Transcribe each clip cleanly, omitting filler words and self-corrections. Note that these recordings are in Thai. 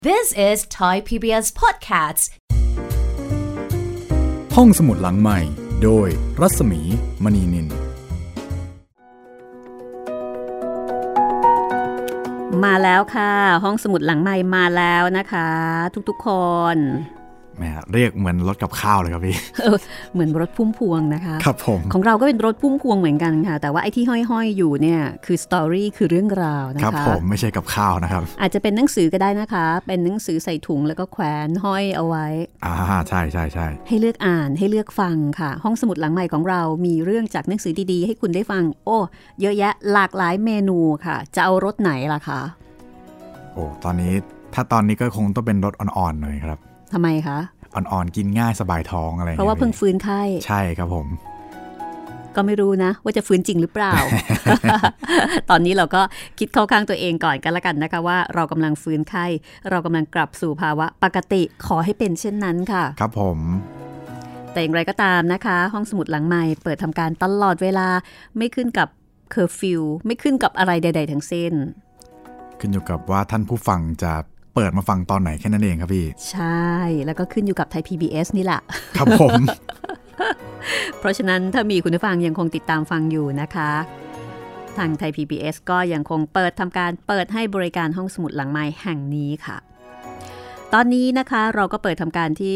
This is Thai PBS Podcast ห้องสมุดหลังใหม่โดยรัศมีมณีนินมาแล้วค่ะห้องสมุดหลังใหม่มาแล้วนะคะทุกๆคนแหมเรียกเหมือนรถกับข้าวเลยครับพี่เหมือนรถพุ่มพวงนะคะครับผมของเราก็เป็นรถพุ่มพวงเหมือนกันค่ะแต่ว่าไอ้ที่ห้อยๆอยู่เนี่ยคือสตอรี่คือเรื่องราวนะคะครับผมไม่ใช่กับข้าวนะครับอาจจะเป็นหนังสือก็ได้นะคะเป็นหนังสือใส่ถุงแล้วก็แขวนห้อยเอาไว้ใช่ให้เลือกอ่านให้เลือกฟังค่ะห้องสมุดหลังใหม่ของเรามีเรื่องจากหนังสือดีๆให้คุณได้ฟังโอ้เยอะแยะหลากหลายเมนูค่ะจะเอารสไหนล่ะคะโอ้ตอนนี้ก็คงต้องเป็นรสอ่อนๆหน่อยครับทำไมคะอ่อนๆกินง่ายสบายท้องอะไรเพราะว่าเพิ่งฟื้นไข้ใช่ครับผมก็ไม่รู้นะว่าจะฟื้นจริงหรือเปล่า ตอนนี้เราก็คิดเข้าข้างตัวเองก่อนกันละกันนะคะว่าเรากำลังฟื้นไข้เรากำลังกลับสู่ภาวะปกติขอให้เป็นเช่นนั้นค่ะครับผมแต่อย่างไรก็ตามนะคะห้องสมุดหลังใหม่เปิดทำการตลอดเวลาไม่ขึ้นกับเคอร์ฟิวไม่ขึ้นกับอะไรใดๆทั้งสิ้นขึ้นอยู่กับว่าท่านผู้ฟังจะเปิดมาฟังตอนไหนแค่นั้นเองครับพี่ใช่แล้วก็ขึ้นอยู่กับไทย PBS นี่แหละครับผมเพราะฉะนั้นถ้ามีคุณผู้ฟังยังคงติดตามฟังอยู่นะคะทางไทย PBS ก็ยังคงเปิดทำการเปิดให้บริการห้องสมุดหลังไมค์แห่งนี้ค่ะตอนนี้นะคะเราก็เปิดทำการที่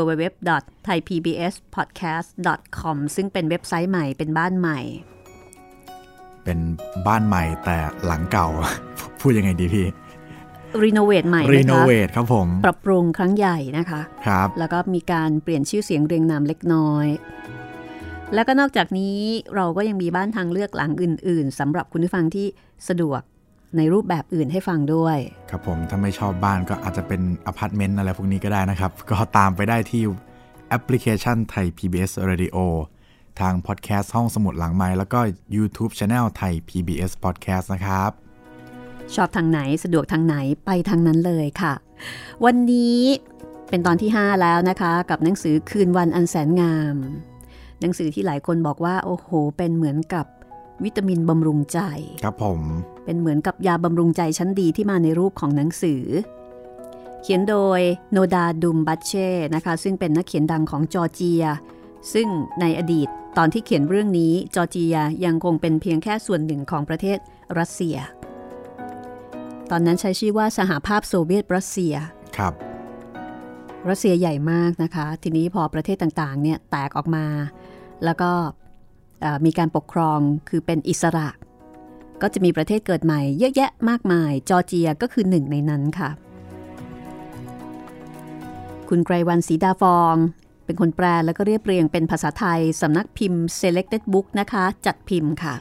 www.thaipbspodcast.com ซึ่งเป็นเว็บไซต์ใหม่เป็นบ้านใหม่เป็นบ้านใหม่แต่หลังเก่า พูดยังไงดีพี่รีโนเวทใหม่นะคะรีโนเวทครับผมปรับปรุงครั้งใหญ่นะคะครับแล้วก็มีการเปลี่ยนชื่อเสียงเรียงนามเล็กน้อยแล้วก็นอกจากนี้เราก็ยังมีบ้านทางเลือกหลังอื่นๆสำหรับคุณผู้ฟังที่สะดวกในรูปแบบอื่นให้ฟังด้วยครับผมถ้าไม่ชอบบ้านก็อาจจะเป็นอพาร์ตเมนต์อะไรพวกนี้ก็ได้นะครับก็ตามไปได้ที่แอปพลิเคชันไทย PBS Radio ทางพอดแคสต์ห้องสมุดหลังไมค์แล้วก็ YouTube Channel ไทย PBS Podcast นะครับชอบทางไหนสะดวกทางไหนไปทางนั้นเลยค่ะวันนี้เป็นตอนที่5แล้วนะคะกับหนังสือคืนวันอันแสนงามหนังสือที่หลายคนบอกว่าโอ้โหเป็นเหมือนกับวิตามินบำรุงใจครับผมเป็นเหมือนกับยาบำรุงใจชั้นดีที่มาในรูปของหนังสือเขียนโดยโนดาดุมบัตเช่นะคะซึ่งเป็นนักเขียนดังของจอร์เจียซึ่งในอดีตตอนที่เขียนเรื่องนี้จอร์เจียยังคงเป็นเพียงแค่ส่วนหนึ่งของประเทศรัสเซียตอนนั้นใช้ชื่อว่าสหภาพโซเวียตรัสเซียครับรัสเซียใหญ่มากนะคะทีนี้พอประเทศต่างๆเนี่ยแตกออกมาแล้วก็มีการปกครองคือเป็นอิสระก็จะมีประเทศเกิดใหม่เยอะแยะมากมายจอร์เจียก็คือหนึ่งในนั้นค่ะคุณไกรวรรณศรีดาฟองเป็นคนแปลแล้วก็เรียบเรียงเป็นภาษาไทยสำนักพิมพ์ Selected Book นะคะจัดพิมพ์ค่ะ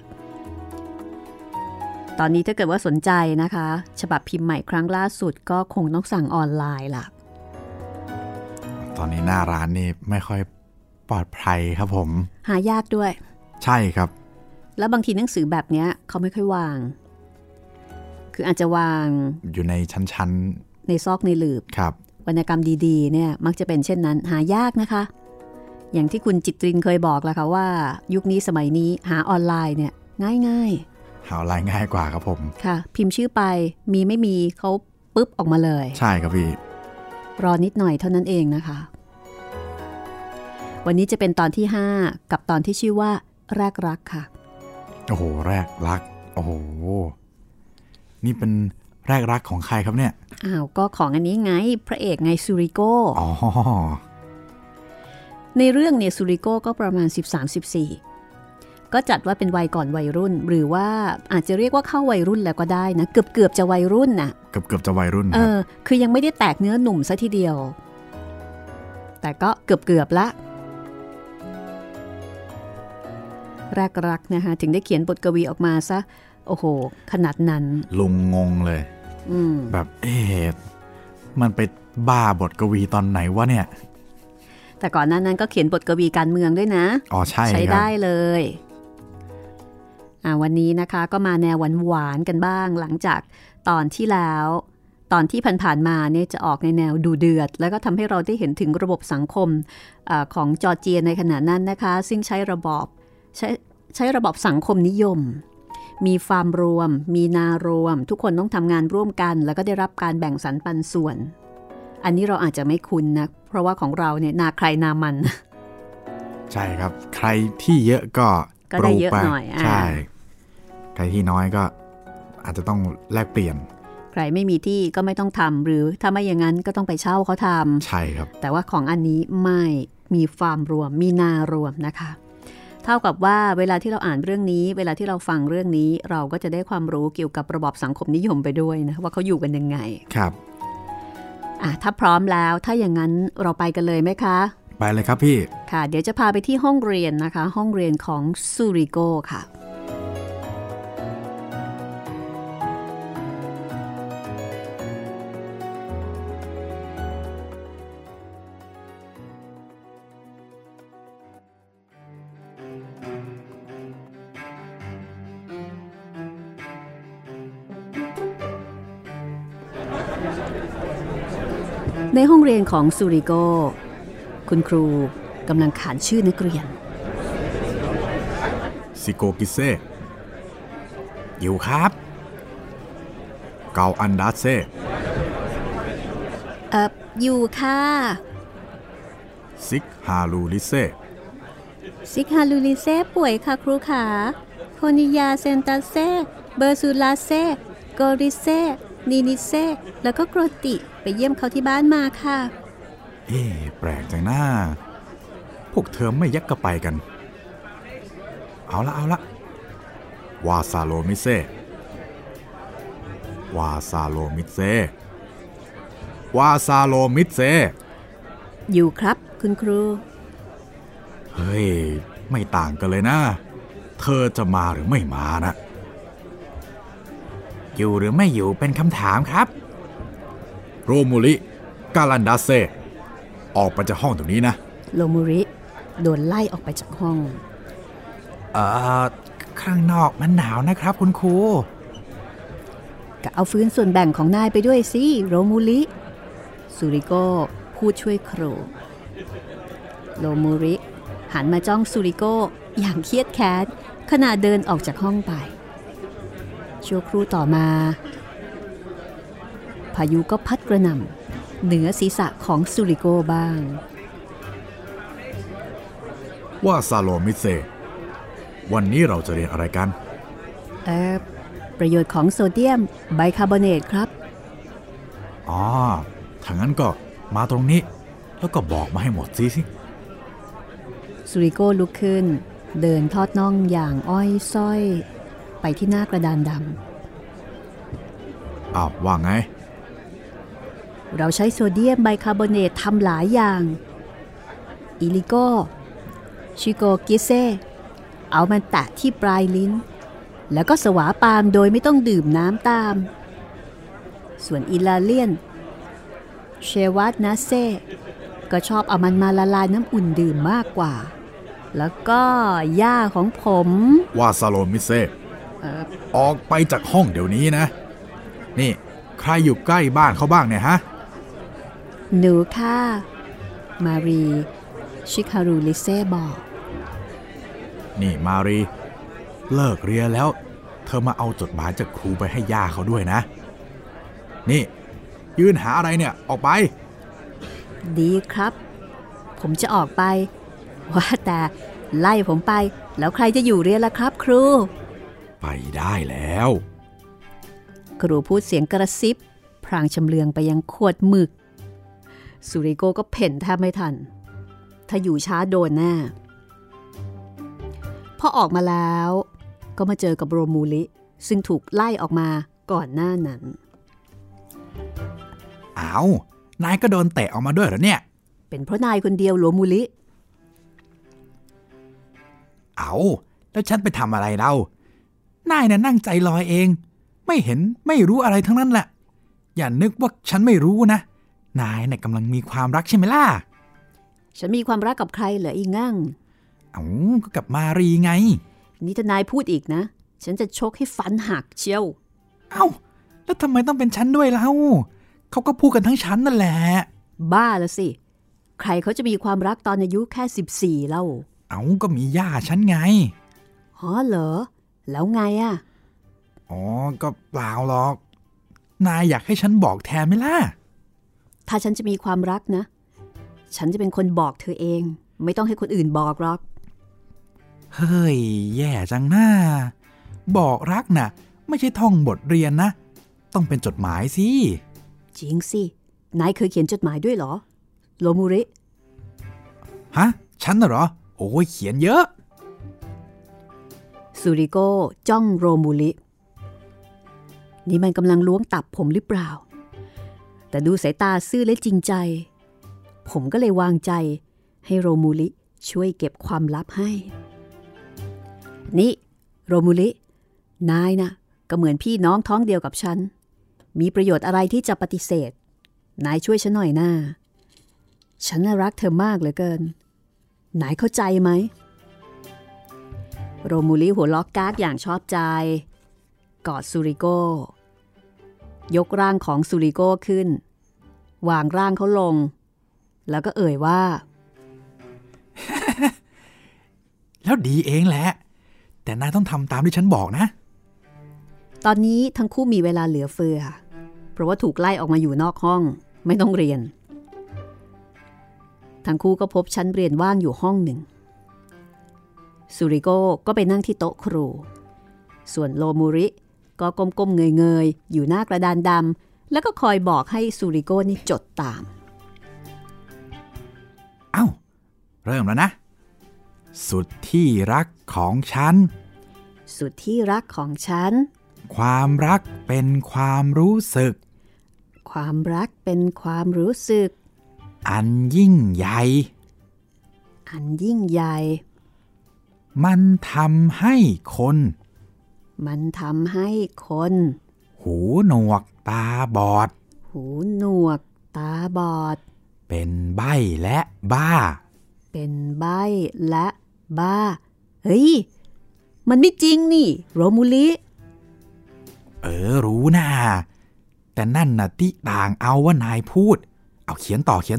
ตอนนี้ถ้าเกิดว่าสนใจนะคะฉบับพิมพ์ใหม่ครั้งล่าสุดก็คงต้องสั่งออนไลน์ล่ะตอนนี้หน้าร้านนี่ไม่ค่อยปลอดภัยครับผมหายากด้วยใช่ครับแล้วบางทีหนังสือแบบนี้เขาไม่ค่อยวางคืออาจจะวางอยู่ในชั้นในซอกในหลืบครับวรรณกรรมดีๆเนี่ยมักจะเป็นเช่นนั้นหายากนะคะอย่างที่คุณจิตรินเคยบอกแล้วค่ะว่ายุคนี้สมัยนี้หาออนไลน์เนี่ยง่ายหาออนไลน์ง่ายกว่าครับผมค่ะพิมพ์ชื่อไปมีไม่มีเขาปึ๊บออกมาเลยใช่ครับพี่รอนิดหน่อยเท่านั้นเองนะคะวันนี้จะเป็นตอนที่5กับตอนที่ชื่อว่าแรกรักค่ะโอ้โหแรกรักโอ้โหนี่เป็นแรกรักของใครครับเนี่ยอ้าวก็ของอันนี้ไงพระเอกไงซูริโกอ๋อในเรื่องเนี่ยซูริโกก็ประมาณ13-14ก็จัดว่าเป็นวัยก่อนวัยรุ่นหรือว่าอาจจะเรียกว่าเข้าวัยรุ่นแล้วก็ได้นะเกือบจะวัยรุ่นน่ะเกือบจะวัยรุ่นคือยังไม่ได้แตกเนื้อหนุ่มซะทีเดียวแต่ก็เกือบละแรกรักนะคะถึงได้เขียนบทกวีออกมาซะโอ้โหขนาดนั้นลุงงงเลยแบบมันไปบ้าบทกวีตอนไหนวะเนี่ยแต่ก่อนหน้านั้นก็เขียนบทกวีการเมืองด้วยนะอ๋อใช้ได้เลยวันนี้นะคะก็มาแนวหวานๆกันบ้างหลังจากตอนที่แล้วตอนที่ผ่านๆมาเนี่ยจะออกในแนวดูเดือดแล้วก็ทำให้เราได้เห็นถึงระบบสังคมของจอร์เจียในขณะนั้นนะคะซึ่งใช้ระบอบสังคมนิยมมีฟาร์มรวมมีนารวมทุกคนต้องทำงานร่วมกันแล้วก็ได้รับการแบ่งสรรปันส่วนอันนี้เราอาจจะไม่คุ้นนะเพราะว่าของเราเนี่ยนาใครนามันใช่ครับใครที่เยอะก็ได้เยอะหน่อยใช่ใครที่น้อยก็อาจจะต้องแลกเปลี่ยนใครไม่มีที่ก็ไม่ต้องทำหรือถ้าไม่อย่างนั้นก็ต้องไปเช่าเขาทำใช่ครับแต่ว่าของอันนี้ไม่มีฟาร์มรวมมีนารวมนะคะเท่ากับว่าเวลาที่เราอ่านเรื่องนี้เวลาที่เราฟังเรื่องนี้เราก็จะได้ความรู้เกี่ยวกับระบอบสังคมนิยมไปด้วยนะว่าเขาอยู่กันยังไงครับถ้าพร้อมแล้วถ้าอย่างนั้นเราไปกันเลยไหมคะไปเลยครับพี่ค่ะเดี๋ยวจะพาไปที่ห้องเรียนนะคะห้องเรียนของซูริโกค่ะในห้องเรียนของซูริโกคุณครูกำลังขานชื่อนักเรียนซิโกกิเซอยู่ครับเกาอันดาเซอยู่ค่ะซิกฮาลูลิเซซิกฮาลูลิเซป่วยค่ะครูขาโคนิยาเซนตาเซเบอร์ซูลาเซโกริเซนีนิเซแล้วก็โกรติไปเยี่ยมเขาที่บ้านมาค่ะแปลกจังนะพวกเธอไม่ยักกระไปกันเอาละวาซาโลมิเซวาซาโลมิเซวาซาโลมิเซอยู่ครับคุณครูเฮ้ยไม่ต่างกันเลยนะเธอจะมาหรือไม่มานะอยู่หรือไม่อยู่เป็นคำถามครับโรมูริกาลันดาเซออกไปจากห้องตรงนี้นะโรมูริโดนไล่ออกไปจากห้องข้างนอกมันหนาวนะครับคุณครูก็เอาฟื้นส่วนแบ่งของนายไปด้วยสิโรมูริซูริโกพูดช่วยครูโรมูริหันมาจ้องซูริโกอย่างเครียดแค้นขณะเดินออกจากห้องไปชั่วครู่ต่อมาพายุก็พัดกระหน่ำเหนือศีรษะของซูริโกบ้างว่าซาโลมิเซวันนี้เราจะเรียนอะไรกันประโยชน์ของโซเดียมไบคาร์บอเนตครับถ้างั้นก็มาตรงนี้แล้วก็บอกมาให้หมดสิซูริโกลุกขึ้นเดินทอดน่องอย่างอ้อยส้อยไปที่หน้ากระดานดำว่าไงเราใช้โซเดียมไบคาร์บอเนตทำหลายอย่างอิลิโกชิโกกิเซเอามันแตะที่ปลายลิ้นแล้วก็สวาปามโดยไม่ต้องดื่มน้ำตามส่วนอิลาเลียนเชวัตนาเซก็ชอบเอามันมาละลายน้ำอุ่นดื่มมากกว่าแล้วก็ย่าของผมวาซาโลมิเซออกไปจากห้องเดี๋ยวนี้นะนี่ใครอยู่ใกล้บ้านเขาบ้างเนี่ยฮะหนูค่ะมารีชิคารุลิเซ่บอกนี่มารีเลิกเรียนแล้วเธอมาเอาจดหมายจากครูไปให้ย่าเขาด้วยนะนี่ยืนหาอะไรเนี่ยออกไปดีครับผมจะออกไปว่าแต่ไล่ผมไปแล้วใครจะอยู่เรียนล่ะครับครูไปได้แล้วครูพูดเสียงกระซิบพรางชำเลืองไปยังขวดหมึกซูริโกก็เพ่นแทบไม่ทันถ้าอยู่ช้าโดนแน่พอออกมาแล้วก็มาเจอกับโรมูริซึ่งถูกไล่ออกมาก่อนหน้านั้นนายก็โดนเตะออกมาด้วยเหรอเนี่ยเป็นเพราะนายคนเดียวโรมูริแล้วฉันไปทำอะไรเล่านายน่ะนั่งใจลอยเองไม่เห็นไม่รู้อะไรทั้งนั้นแหละอย่านึกว่าฉันไม่รู้นะนายน่ะกำลังมีความรักใช่ไหมล่ะฉันมีความรักกับใครเหรออีงั่งก็กับมารีไงนี่ถ้านายพูดอีกนะฉันจะชกให้ฟันหักเชียวแล้วทำไมต้องเป็นฉันด้วยล่ะเขาก็พูดกันทั้งชั้นนั่นแหละบ้าละสิใครเขาจะมีความรักตอนอายุแค่14เล่าก็มีย่าฉันไงเหรอแล้วไงอ๋อก็เปล่าหรอกนายอยากให้ฉันบอกแทนไหมล่ะถ้าฉันจะมีความรักนะฉันจะเป็นคนบอกเธอเองไม่ต้องให้คนอื่นบอกหรอกเฮ้ยแย่จังหน้าบอกรักน่ะไม่ใช่ท่องบทเรียนนะต้องเป็นจดหมายสิจริงสินายเคยเขียนจดหมายด้วยเหรอโรมูริฮะฉันน่ะเหรอโอ้ยเขียนเยอะซูริโกจ้องโรมูรินี่มันกำลังล้วงตับผมหรือเปล่าแต่ดูสายตาซื่อและจริงใจผมก็เลยวางใจให้โรมูริช่วยเก็บความลับให้นี่โรมูรินายนะก็เหมือนพี่น้องท้องเดียวกับฉันมีประโยชน์อะไรที่จะปฏิเสธนายช่วยฉันหน่อยหน้าฉันน่ารักเธอมากเหลือเกินนายเข้าใจไหมโรมูริหัวล็อกก๊ากอย่างชอบใจกอดซูริโกยกร่างของซูริโกขึ้นวางร่างเขาลงแล้วก็เอ่ยว่าแล้วดีเองแหละแต่นายต้องทำตามที่ฉันบอกนะตอนนี้ทั้งคู่มีเวลาเหลือเฟือเพราะว่าถูกไล่ออกมาอยู่นอกห้องไม่ต้องเรียนทั้งคู่ก็พบชั้นเรียนว่างอยู่ห้องหนึ่งซูริโกก็ไปนั่งที่โต๊ะครูส่วนโรมูริก็ก้มๆเงยๆอยู่หน้ากระดานดำแล้วก็คอยบอกให้ซูริโกนี่จดตามเอ้าเริ่มแล้วนะสุดที่รักของฉันสุดที่รักของฉันความรักเป็นความรู้สึกความรักเป็นความรู้สึกอันยิ่งใหญ่อันยิ่งใหญ่มันทำให้คนมันทำให้คนหูหนวกตาบอดหูหนวกตาบอดเป็นใบ้และบ้าเป็นใบ้และบ้าเฮ้ยมันไม่จริงนี่โรมูริรู้นะแต่นั่นน่ะติต่างเอาว่านายพูดเอาเขียนต่อ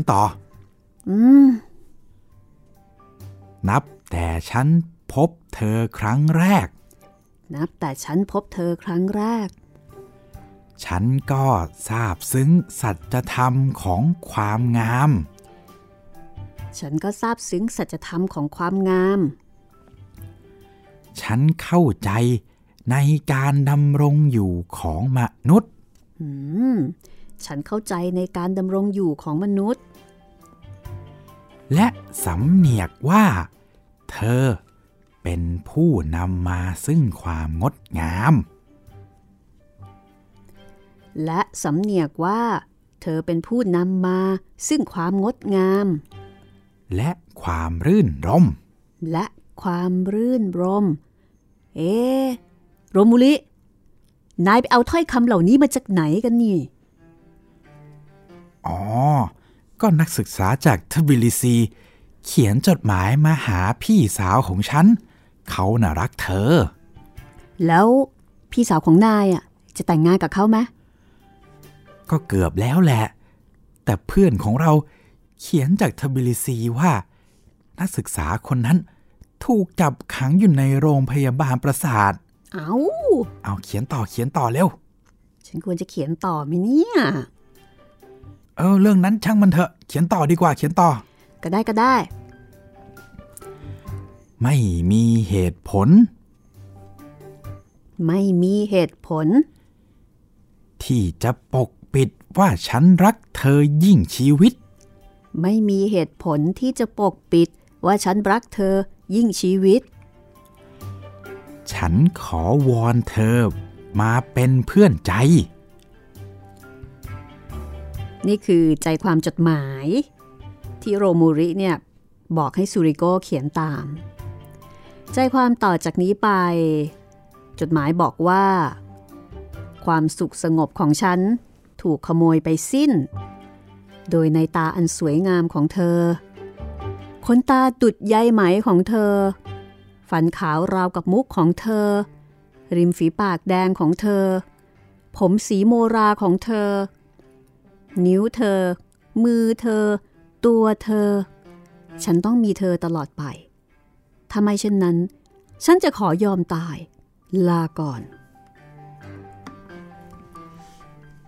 นับแต่ฉันพบเธอครั้งแรกนับแต่ฉันพบเธอครั้งแรกฉันก็ซาบซึ้งสัจธรรมของความงามฉันก็ซาบซึ้งสัจธรรมของความงามฉันเข้าใจในการดำรงอยู่ของมนุษย์ฉันเข้าใจในการดำรงอยู่ของมนุษย์และสำเนียกว่าเธอเป็นผู้นำมาซึ่งความงดงามและสำเนียกว่าเธอเป็นผู้นำมาซึ่งความงดงามและความรื่นรมและความรื่นรมโรมูรินายไปเอาถ้อยคำเหล่านี้มาจากไหนกันนี่อ๋อก็นักศึกษาจากทบิลิซีเขียนจดหมายมาหาพี่สาวของฉันเขาน่ะรักเธอแล้วพี่สาวของนายจะแต่งงานกับเขาไหมก็เกือบแล้วแหละแต่เพื่อนของเราเขียนจากทบิลิซีว่านักศึกษาคนนั้นถูกจับขังอยู่ในโรงพยาบาลประสาทเอาเขียนต่อเร็วฉันควรจะเขียนต่อไหมเนี่ยเรื่องนั้นช่างมันเถอะเขียนต่อดีกว่าเขียนต่อก็ได้ไม่มีเหตุผลไม่มีเหตุผลที่จะปกปิดว่าฉันรักเธอยิ่งชีวิตไม่มีเหตุผลที่จะปกปิดว่าฉันรักเธอยิ่งชีวิตฉันขอวอนเธอมาเป็นเพื่อนใจนี่คือใจความจดหมายที่โรมูริเนี่ยบอกให้ซูริโกเขียนตามใจความต่อจากนี้ไปจดหมายบอกว่าความสุขสงบของฉันถูกขโมยไปสิ้นโดยในตาอันสวยงามของเธอขนตาดุจใยไหมของเธอฟันขาวราวกับมุกของเธอริมฝีปากแดงของเธอผมสีโมราของเธอนิ้วเธอมือเธอตัวเธอฉันต้องมีเธอตลอดไปถ้าไม่เช่นนั้นฉันจะขอยอมตายลาก่อน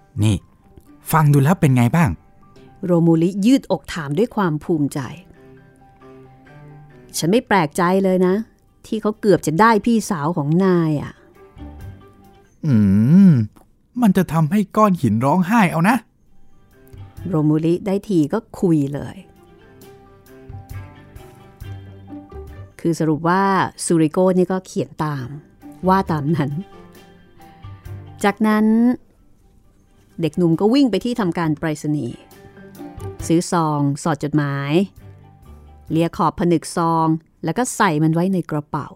นี่ฟังดูแล้วเป็นไงบ้างโรมูลิยืดอกถามด้วยความภูมิใจฉันไม่แปลกใจเลยนะที่เขาเกือบจะได้พี่สาวของนายอ่ะมันจะทำให้ก้อนหินร้องไห้เอานะโรมูลิได้ทีก็คุยเลยคือสรุปว่าซูริโก้นี่ก็เขียนตามว่าตามนั้นจากนั้นเด็กหนุ่มก็วิ่งไปที่ทำการไปรษณีย์ซื้อซองสอดจดหมายเลียขอบผนึกซองแล้วก็ใส่มันไว้ในกระเป๋า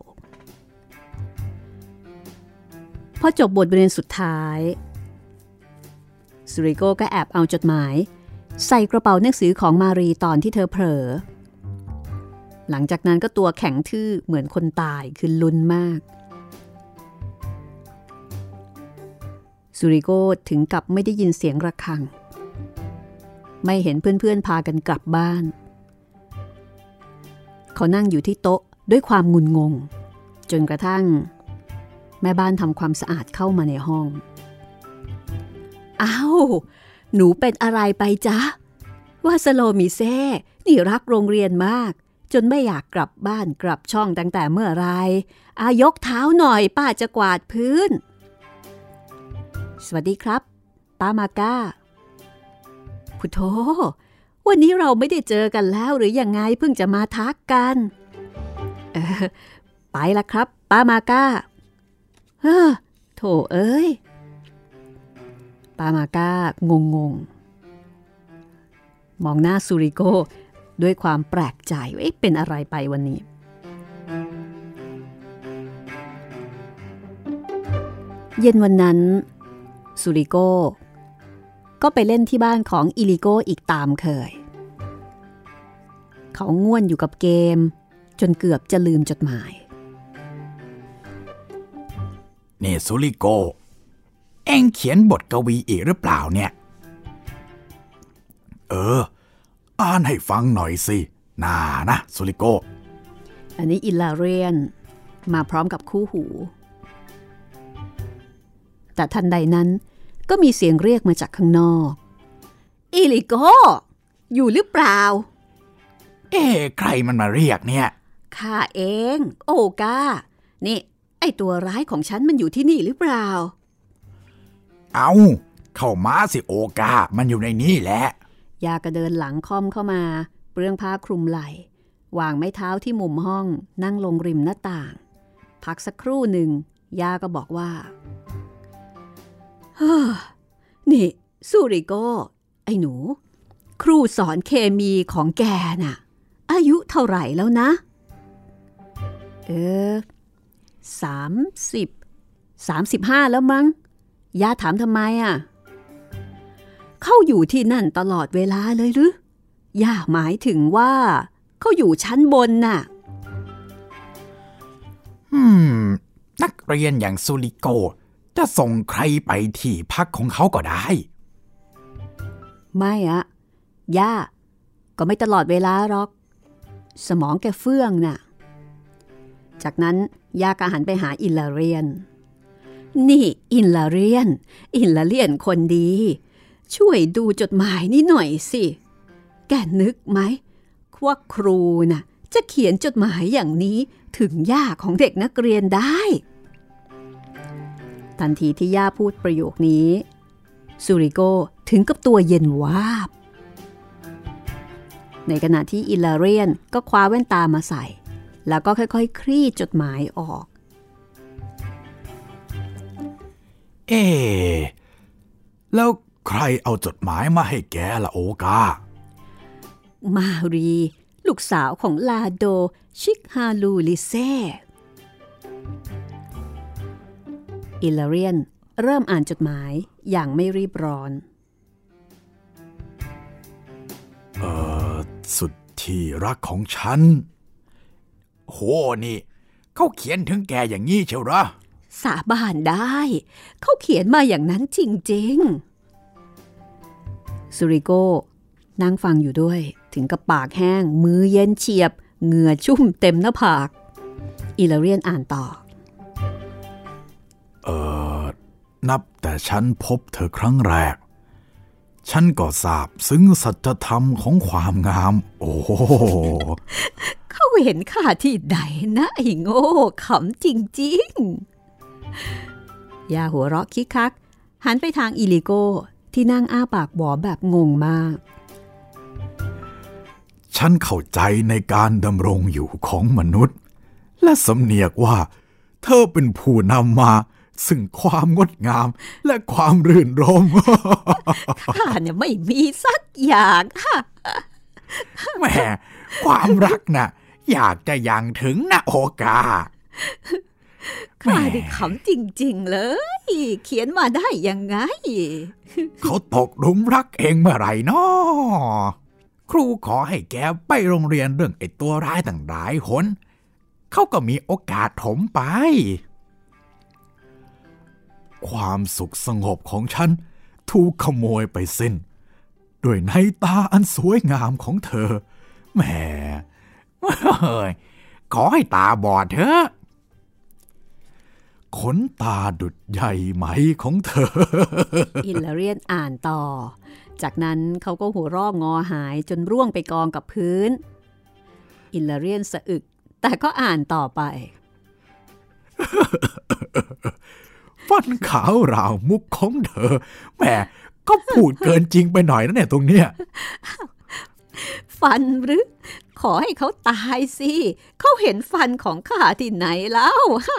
พอจบบทเรียนสุดท้ายซูริโก้ก็แอบเอาจดหมายใส่กระเป๋าหนังสือของมารีตอนที่เธอเผลอหลังจากนั้นก็ตัวแข็งทื่อเหมือนคนตายคือลุ้นมากซูริโก้ถึงกับไม่ได้ยินเสียงระฆังไม่เห็นเพื่อนๆพากันกลับบ้านเขานั่งอยู่ที่โต๊ะด้วยความงุนงงจนกระทั่งแม่บ้านทำความสะอาดเข้ามาในห้องอ้าวหนูเป็นอะไรไปจ๊ะว่าสโลมิเซ่นี่รักโรงเรียนมากจนไม่อยากกลับบ้านกลับช่องตั้งแต่เมื่อไรยกเท้าหน่อยป้าจะกวาดพื้นสวัสดีครับป้ามาก้าพุทโธวันนี้เราไม่ได้เจอกันแล้วหรือยังไงเพิ่งจะมาทักกันไปละครับป้ามาก้าโถเอ้ยป้ามาก้างงมองหน้าซูริโก้ด้วยความแปลกใจว่าเป็นอะไรไปวันนี้เย็นวันนั้นซูริโก้ก็ไปเล่นที่บ้านของอิลิโก้อีกตามเคยเขาง่วนอยู่กับเกมจนเกือบจะลืมจดหมายนี่ซูริโก้เอ็งเขียนบทกวีอีกหรือเปล่าเนี่ยอ่านให้ฟังหน่อยสิน่านะซูริโก้อันนี้อิลาเรียนมาพร้อมกับคู่หูแต่ทันใดนั้นก็มีเสียงเรียกมาจากข้างนอกอิลิโก้อยู่หรือเปล่าใครมันมาเรียกเนี่ยข้าเองโอกานี่ไอตัวร้ายของฉันมันอยู่ที่นี่หรือเปล่าเอาเข้ามาสิโอกามันอยู่ในนี้แหละยาก็เดินหลังค่อมเข้ามาเปลื้องผ้าคลุมไหล่วางไม้เท้าที่มุมห้องนั่งลงริมหน้าต่างพักสักครู่หนึ่งยาก็บอกว่านี่ซูริโก้ไอ้หนูครูสอนเคมีของแกน่ะอายุเท่าไหร่แล้วนะ35แล้วมั้งย่าถามทำไมอ่ะเขาอยู่ที่นั่นตลอดเวลาเลยหรือย่าหมายถึงว่าเขาอยู่ชั้นบนน่ะนักเรียนอย่างซูริโก้จะส่งใครไปที่พักของเขาก็ได้ไม่อะย่าก็ไม่ตลอดเวลาหรอกสมองแกเฟื่องน่ะจากนั้นย่าก็หันไปหาอิลลาเรียนนี่อิลลาเรียนคนดีช่วยดูจดหมายนี้หน่อยสิแกนึกไหมว่าครูน่ะจะเขียนจดหมายอย่างนี้ถึงย่าของเด็กนักเรียนได้ทันทีที่ย่าพูดประโยคนี้ซูริโก้ถึงกับตัวเย็นวาบในขณะที่อิลลาเรียนก็คว้าแว่นตามาใส่แล้วก็ค่อยๆคลี่จดหมายออกแล้วใครเอาจดหมายมาให้แกล่ะโอกามารีลูกสาวของลาโดชิคฮาลูลิเซ่อิลลาเรียนเริ่มอ่านจดหมายอย่างไม่รีบร้อนสุดที่รักของฉันโหนี่เขาเขียนถึงแกอย่างนี้เชียวเหรอสาบานได้เขาเขียนมาอย่างนั้นจริงๆซูริโก้นั่งฟังอยู่ด้วยถึงกับปากแห้งมือเย็นเฉียบเหงื่อชุ่มเต็มหน้าผากอิลลาเรียนอ่านต่อนับแต่ฉันพบเธอครั้งแรกฉันก็ทราบซึ้งสัจธรรมของความงามโอ้เขาเห็นข้าที่ใดนะไอ้โง่ขำจริงๆย่าหัวเราะคิกคักหันไปทางอิลิโก้ที่นั่งอ้าปากหวอแบบงงมากฉันเข้าใจในการดำรงอยู่ของมนุษย์และสำเนียกว่าเธอเป็นผู้นำมาซึ่งความงดงามและความรื่นรมข้าเนี่ยไม่มีสักอย่างค่ะแม่ความรักน่ะอยากจะยังถึงนะโอกาข้าได้ขำจริงๆเลยเขียนมาได้ยังไงเขาตกหลุมรักเองเมื่อไหร่น้อครูขอให้แกไปโรงเรียนเรื่องไอ้ตัวร้ายต่างหลายหนเขาก็มีโอกาสถมไปความสุขสงบของฉันถูกขโมยไปสิ้นด้วยในตาอันสวยงามของเธอแหมขอให้ตาบอดเถอะขนตาดุจใหญ่ไหมของเธออิลลาเรียนอ่านต่อจากนั้นเขาก็หัวเราะงอหายจนร่วงไปกองกับพื้นอิลลาเรียนสะอึกแต่ก็อ่านต่อไปฟันขาวราวมุกของเธอแหมก็พูดเกินจริงไปหน่อยนะเนี่ยตรงเนี้ยฟันหรือขอให้เขาตายสิเขาเห็นฟันของข้าที่ไหนแล้ว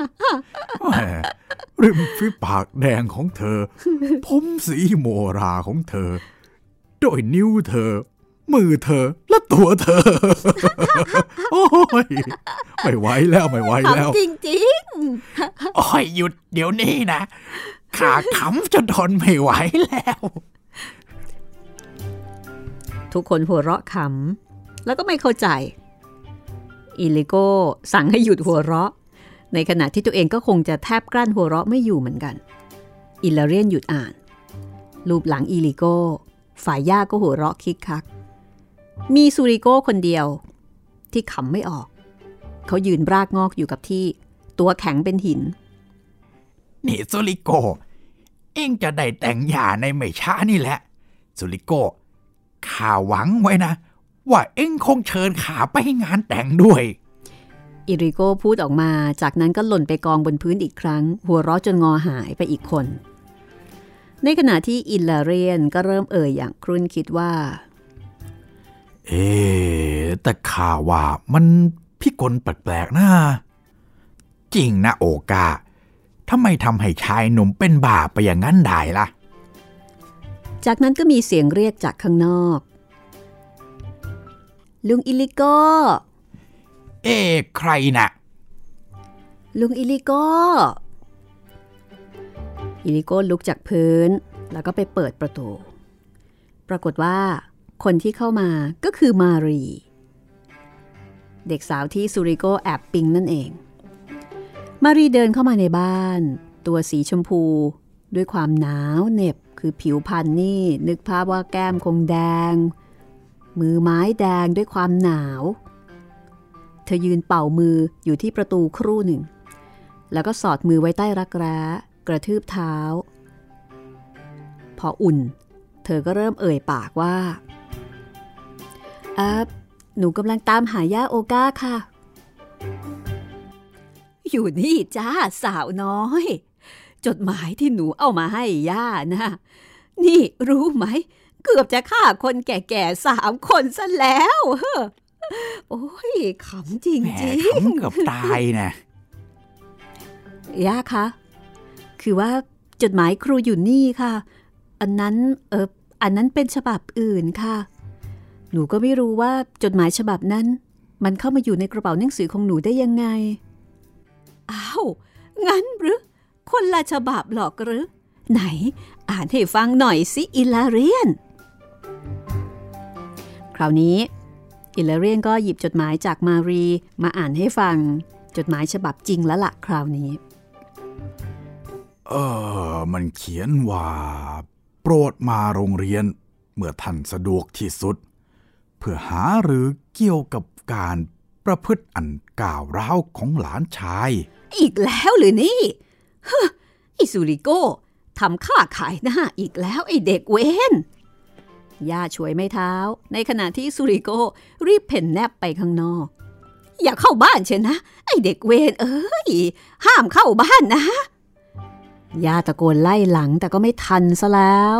ริมฝีปากแดงของเธอผมสีโมราของเธอโดยนิ้วเธอมือเธอและตัวเธอโอ้ยไม่ไหวแล้วไม่ไหวแล้วจริงๆโอ้ยหยุดเดี๋ยวนี้นะข้าขำจนทนไม่ไหวแล้วทุกคนหัวเราะขำแล้วก็ไม่เข้าใจอิลิโก้สั่งให้หยุดหัวเราะในขณะที่ตัวเองก็คงจะแทบกลั้นหัวเราะไม่อยู่เหมือนกันอิลลาเรียนหยุดอ่านรูปหลังอิลิโก้ฝ่ายย่าก็หัวเราะคิกคักมีซูริโก้คนเดียวที่ขำไม่ออกเขายืนรากงอกอยู่กับที่ตัวแข็งเป็นหินนี่ซูริโก้เอ็งจะได้แต่งหย่าในไม่ช้านี่แหละซูริโก้ข้าหวังไว้นะว่าเอ็งคงเชิญข้าไปงานแต่งด้วยอิริโก้พูดออกมาจากนั้นก็หล่นไปกองบนพื้นอีกครั้งหัวเราะจนงอหายไปอีกคนในขณะที่อิลลาเรียนก็เริ่มเอ่ยอย่างครุ่นคิดว่าแต่ข้าว่ามันพิกลแปลกๆนะจริงนะโอกาทำไมทำให้ชายหนุ่มเป็นบ้าไปอย่างนั้นได้ล่ะจากนั้นก็มีเสียงเรียกจากข้างนอกลุงอิลิโก้ใครน่ะลุงอิลิโก้ลุกจากพื้นแล้วก็ไปเปิดประตูปรากฏว่าคนที่เข้ามาก็คือมารีเด็กสาวที่ซูริโก้แอบปิ๊งนั่นเองมารีเดินเข้ามาในบ้านตัวสีชมพูด้วยความหนาวเหน็บคือผิวพรรณนี่นึกภาพว่าแก้มคงแดงมือไม้แดงด้วยความหนาวเธอยืนเป่ามืออยู่ที่ประตูครู่หนึ่งแล้วก็สอดมือไว้ใต้รักแร้กระทืบเท้าพออุ่นเธอก็เริ่มเอ่ยปากว่าหนูกำลังตามหาย่าโอก้าค่ะอยู่นี่จ้าสาวน้อยจดหมายที่หนูเอามาให้ย่านะนี่รู้ไหมเกือบจะฆ่าคนแก่ๆ3 คนซะแล้วโอ้ยขำจริงๆขำเกือบตายนะย่าคะคือว่าจดหมายครูอยู่นี่ค่ะอันนั้นเป็นฉบับอื่นค่ะหนูก็ไม่รู้ว่าจดหมายฉบับนั้นมันเข้ามาอยู่ในกระเป๋าหนังสือของหนูได้ยังไงอ้าวงั้นหรือคนละฉบับหรอกหรือไหนอ่านให้ฟังหน่อยสิอิลลาเรียนคราวนี้อิลลาเรียนก็หยิบจดหมายจากมารีมาอ่านให้ฟังจดหมายฉบับจริงแล้วล่ะคราวนี้มันเขียนว่าโปรดมาโรงเรียนเมื่อท่านสะดวกที่สุดเพื่อหาหรือเกี่ยวกับการประพฤติอันก้าวร้าวของหลานชายอีกแล้วหรือนี่ไอ้ซูริโก้ทำข้าขายหน้าอีกแล้วไอ้เด็กเวนย่าช่วยไม่เท้าในขณะที่ซูริโกรีบเพ่นแนบไปข้างนอกอย่าเข้าบ้านเชียวนะไอเด็กเวรเอ้ยห้ามเข้าบ้านนะย่าตะโกนไล่หลังแต่ก็ไม่ทันซะแล้ว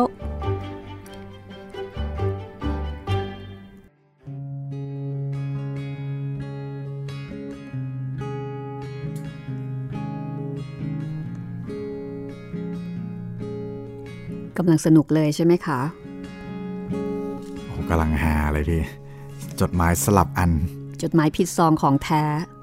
กำลังสนุกเลยใช่ไหมคะโอ้กำลังหาเลยพี่จดหมายสลับอันจดหมายผิดซองของแท้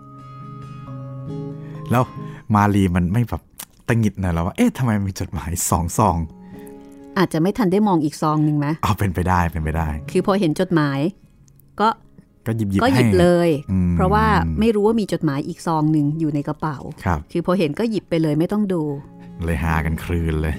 แล้วมาลีมันไม่แบบตังหงิดหน่อยแล้วว่าเอ๊ะทำไมมีจดหมาย2 ซองอาจจะไม่ทันได้มองอีกซองหนึ่งไหมเป็นไปได้เป็นไปได้คือพอเห็นจดหมายก็หยิบเลยเพราะว่าไม่รู้ว่ามีจดหมายอีกซองหนึ่งอยู่ในกระเป๋าคือพอเห็นก็หยิบไปเลยไม่ต้องดูเลยหากันคลืนเลย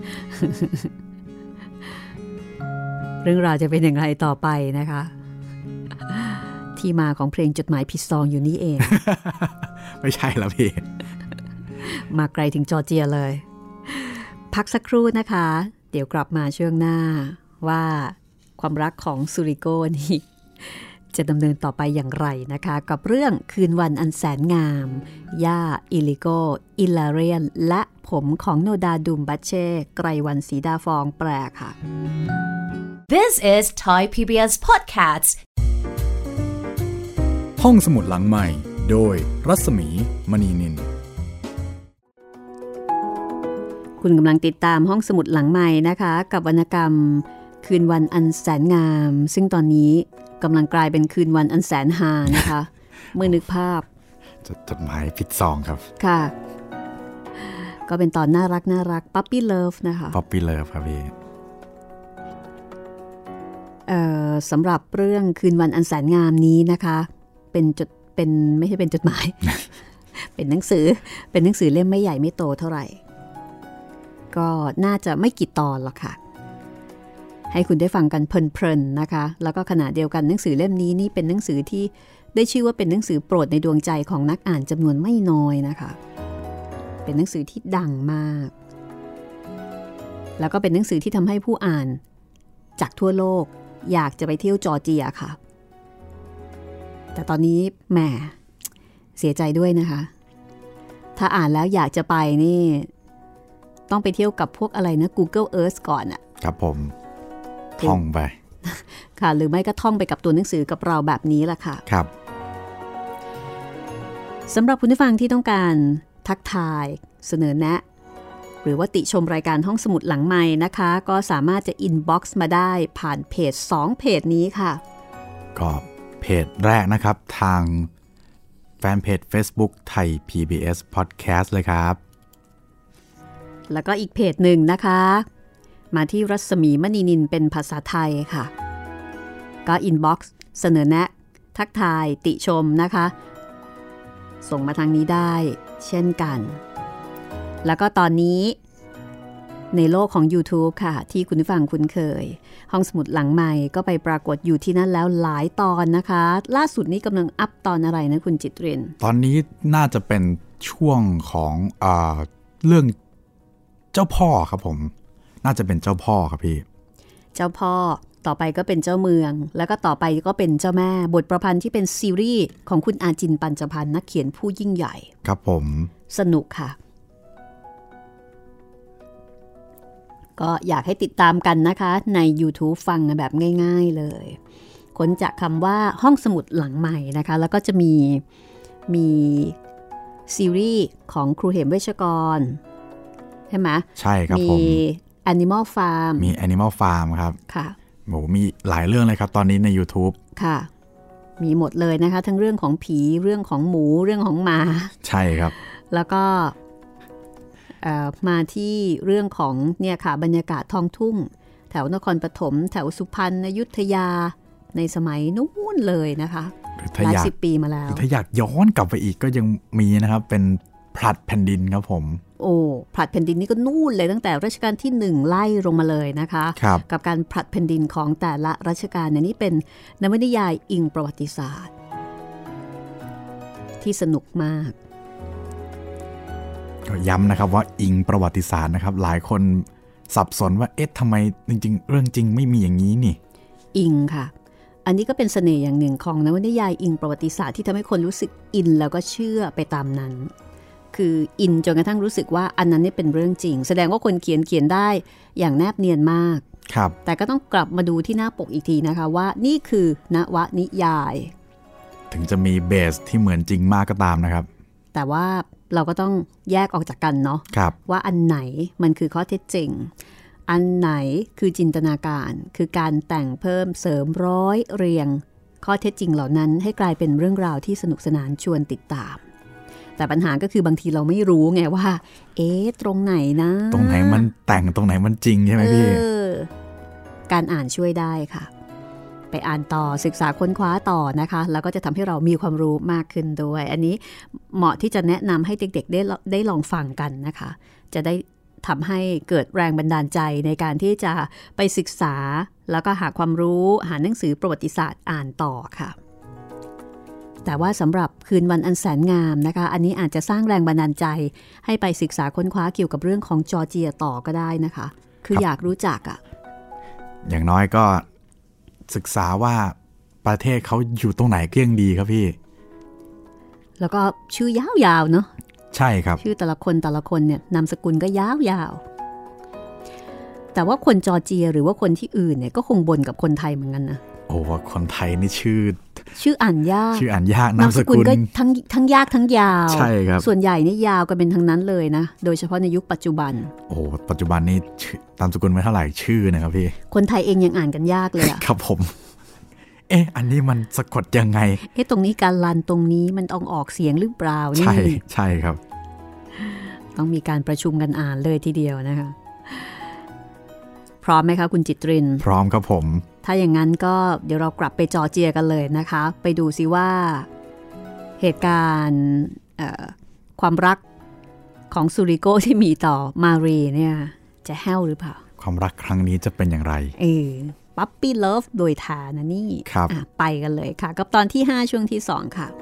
เรื่องราวจะเป็นอย่างไรต่อไปนะคะที่มาของเพลงจดหมายผิดซองอยู่นี่เองไม่ใช่แล้วพี่มาไกลถึงจอร์เจียเลยพักสักครู่นะคะเดี๋ยวกลับมาช่วงหน้าว่าความรักของซูริโกนี่จะดำเนินต่อไปอย่างไรนะคะกับเรื่องคืนวันอันแสนงามย่าอิลิโกอิลาเรียนและผมของโนดาดุมบัชเช่ไกรวันศรีดาฟองแปลค่ะ This is Thai PBS Podcast ห้องสมุดหลังใหม่โดยรัศมีมณีนินคุณกำลังติดตามห้องสมุดหลังใหม่นะคะกับวรรณกรรมคืนวันอันแสนงามซึ่งตอนนี้กำลังกลายเป็นคืนวันอันแสนฮานะคะ เมื่อนึกภาพจดหมายผิดซองครับค่ะก็เป็นตอนน่ารักปั๊ปปี้เลิฟนะคะปั๊ปปี้เลิฟครับพี่สำหรับเรื่องคืนวันอันแสนงามนี้นะคะเป็นไม่ใช่เป็นจดหมาย เป็นหนังสือเล่มไม่ใหญ่ไม่โตเท่าไหร่ก็น่าจะไม่กี่ตอนหรอกค่ะให้คุณได้ฟังกันเพลินๆนะคะแล้วก็ขณะเดียวกันหนังสือเล่มนี้นี่เป็นหนังสือที่ได้ชื่อว่าเป็นหนังสือโปรดในดวงใจของนักอ่านจำนวนไม่น้อยนะคะเป็นหนังสือที่ดังมากแล้วก็เป็นหนังสือที่ทำให้ผู้อ่านจากทั่วโลกอยากจะไปเที่ยวจอร์เจียค่ะแต่ตอนนี้แหมเสียใจด้วยนะคะถ้าอ่านแล้วอยากจะไปนี่ต้องไปเที่ยวกับพวกอะไรนะ Google Earth ก่อนอะครับผมท่องไปค่ะหรือไม่ก็ท่องไปกับตัวหนังสือกับเราแบบนี้แหละค่ะครับสำหรับคุณผู้ฟังที่ต้องการทักทายเสนอแนะหรือว่าติชมรายการห้องสมุดหลังไมค์นะคะก็สามารถจะอินบ็อกซ์มาได้ผ่านเพจ2เพจนี้ค่ะก็เพจแรกนะครับทางแฟนเพจ Facebook ไทย PBS Podcast เลยครับแล้วก็อีกเพจหนึ่งนะคะมาที่รัศมีมณีนินเป็นภาษาไทยค่ะก็อินบ็อกซ์เสนอแนะทักทายติชมนะคะส่งมาทางนี้ได้เช่นกันแล้วก็ตอนนี้ในโลกของ YouTube ค่ะที่คุณผู้ฟังคุ้นเคยห้องสมุดหลังใหม่ก็ไปปรากฏอยู่ที่นั่นแล้วหลายตอนนะคะล่าสุดนี้กำลังอัพตอนอะไรนะคุณจิตรินตอนนี้น่าจะเป็นช่วงของเรื่องเจ้าพ่อครับผมน่าจะเป็นเจ้าพ่อครับพี่เจ้าพ่อต่อไปก็เป็นเจ้าเมืองแล้วก็ต่อไปก็เป็นเจ้าแม่บทประพันธ์ที่เป็นซีรีส์ของคุณอาจินปัญจพันธ์นักเขียนผู้ยิ่งใหญ่ครับผมสนุกค่ะก็อยากให้ติดตามกันนะคะใน YouTube ฟังแบบง่ายๆเลยค้นจากคำว่าห้องสมุดหลังใหม่นะคะแล้วก็จะมีซีรีส์ของครูเหมเวชกรใช่ไหมใช่ครับผมมี Animal Farm มี Animal Farm ครับค่ะโหมีหลายเรื่องเลยครับตอนนี้ใน YouTube ค่ะมีหมดเลยนะคะทั้งเรื่องของผีเรื่องของหมูเรื่องของหมาใช่ครับแล้วก็มาที่เรื่องของเนี่ยค่ะบรรยากาศท้องทุ่งแถวนครปฐมแถวสุพรรณอยุธยาในสมัยนู้นเลยนะคะหลายสิบปีมาแล้วถ้าอยากย้อนกลับไปอีกก็ยังมีนะครับเป็นผลัดแผ่นดินครับผมโอ้ผลัดแผ่นดินนี่ก็นู่นเลยตั้งแต่รัชกาลที่1ไล่ลงมาเลยนะคะกับการผลัดแผ่นดินของแต่ละรัชกาลเนี่ยนี่เป็นนวนิยายอิงประวัติศาสตร์ที่สนุกมากย้ำนะครับว่าอิงประวัติศาสตร์นะครับหลายคนสับสนว่าเอ๊ะทำไมจริงๆเรื่องจริงไม่มีอย่างนี้นี่อิงค่ะอันนี้ก็เป็นเสน่ห์อย่างหนึ่งของนวนิยายอิงประวัติศาสตร์ที่ทำให้คนรู้สึกอินแล้วก็เชื่อไปตามนั้นคืออินจนกระทั่งรู้สึกว่าอันนั้นนี่เป็นเรื่องจริงแสดงว่าคนเขียนได้อย่างแนบเนียนมากครับแต่ก็ต้องกลับมาดูที่หน้าปกอีกทีนะคะว่านี่คือนวนิยายถึงจะมีเบสที่เหมือนจริงมากก็ตามนะครับแต่ว่าเราก็ต้องแยกออกจากกันเนาะว่าอันไหนมันคือข้อเท็จจริงอันไหนคือจินตนาการคือการแต่งเพิ่มเสริมร้อยเรียงข้อเท็จจริงเหล่านั้นให้กลายเป็นเรื่องราวที่สนุกสนานชวนติดตามแต่ปัญหาก็คือบางทีเราไม่รู้ไงว่าตรงไหนนะตรงไหนมันแต่งตรงไหนมันจริงใช่ไหมพี่การอ่านช่วยได้ค่ะไปอ่านต่อศึกษาค้นคว้าต่อนะคะแล้วก็จะทำให้เรามีความรู้มากขึ้นด้วยอันนี้เหมาะที่จะแนะนำให้เด็กๆได้ลองฟังกันนะคะจะได้ทำให้เกิดแรงบันดาลใจในการที่จะไปศึกษาแล้วก็หาความรู้หาหนังสือประวัติศาสตร์อ่านต่อค่ะแต่ว่าสำหรับคืนวันอันแสนงามนะคะอันนี้อาจจะสร้างแรงบันดาลใจให้ไปศึกษาค้นคว้าเกี่ยวกับเรื่องของจอร์เจียต่อก็ได้นะคะคืออยากรู้จักอย่างน้อยก็ศึกษาว่าประเทศเขาอยู่ตรงไหนก็ยังดีครับพี่แล้วก็ชื่อยาวๆเนาะใช่ครับชื่อแต่ละคนเนี่ยนามสกุลก็ยาวๆแต่ว่าคนจอร์เจียหรือว่าคนที่อื่นเนี่ยก็คงบ่นกับคนไทยเหมือนกันนะโอ้คนไทยนี่ชื่ออ่านยากนามสกุลก็ทั้งยากทั้งยาวใช่ครับส่วนใหญ่นี่ยาวกันเป็นทั้งนั้นเลยนะโดยเฉพาะในยุคปัจจุบันโอ้ปัจจุบันนี้นามสกุลไม่เท่าไหร่ชื่อนะครับพี่คนไทยเองยังอ่านกันยากเลยครับผมอันนี้มันสะกดยังไงตรงนี้การลันตรงนี้มันต้องออกเสียงหรือเปล่านี่ใช่ครับต้องมีการประชุมกันอ่านเลยทีเดียวนะคะพร้อมไหมคะคุณจิตรินพร้อมครับผมถ้าอย่างนั้นก็เดี๋ยวเรากลับไปจอร์เจียกันเลยนะคะไปดูซิว่าเหตุการณ์ความรักของซูริโกที่มีต่อมารีเนี่ยจะแห้วหรือเปล่าความรักครั้งนี้จะเป็นอย่างไรปั๊ปปี้เลิฟโดยทานะนี่ไปกันเลยค่ะกับตอนที่5ช่วงที่2ค่ะ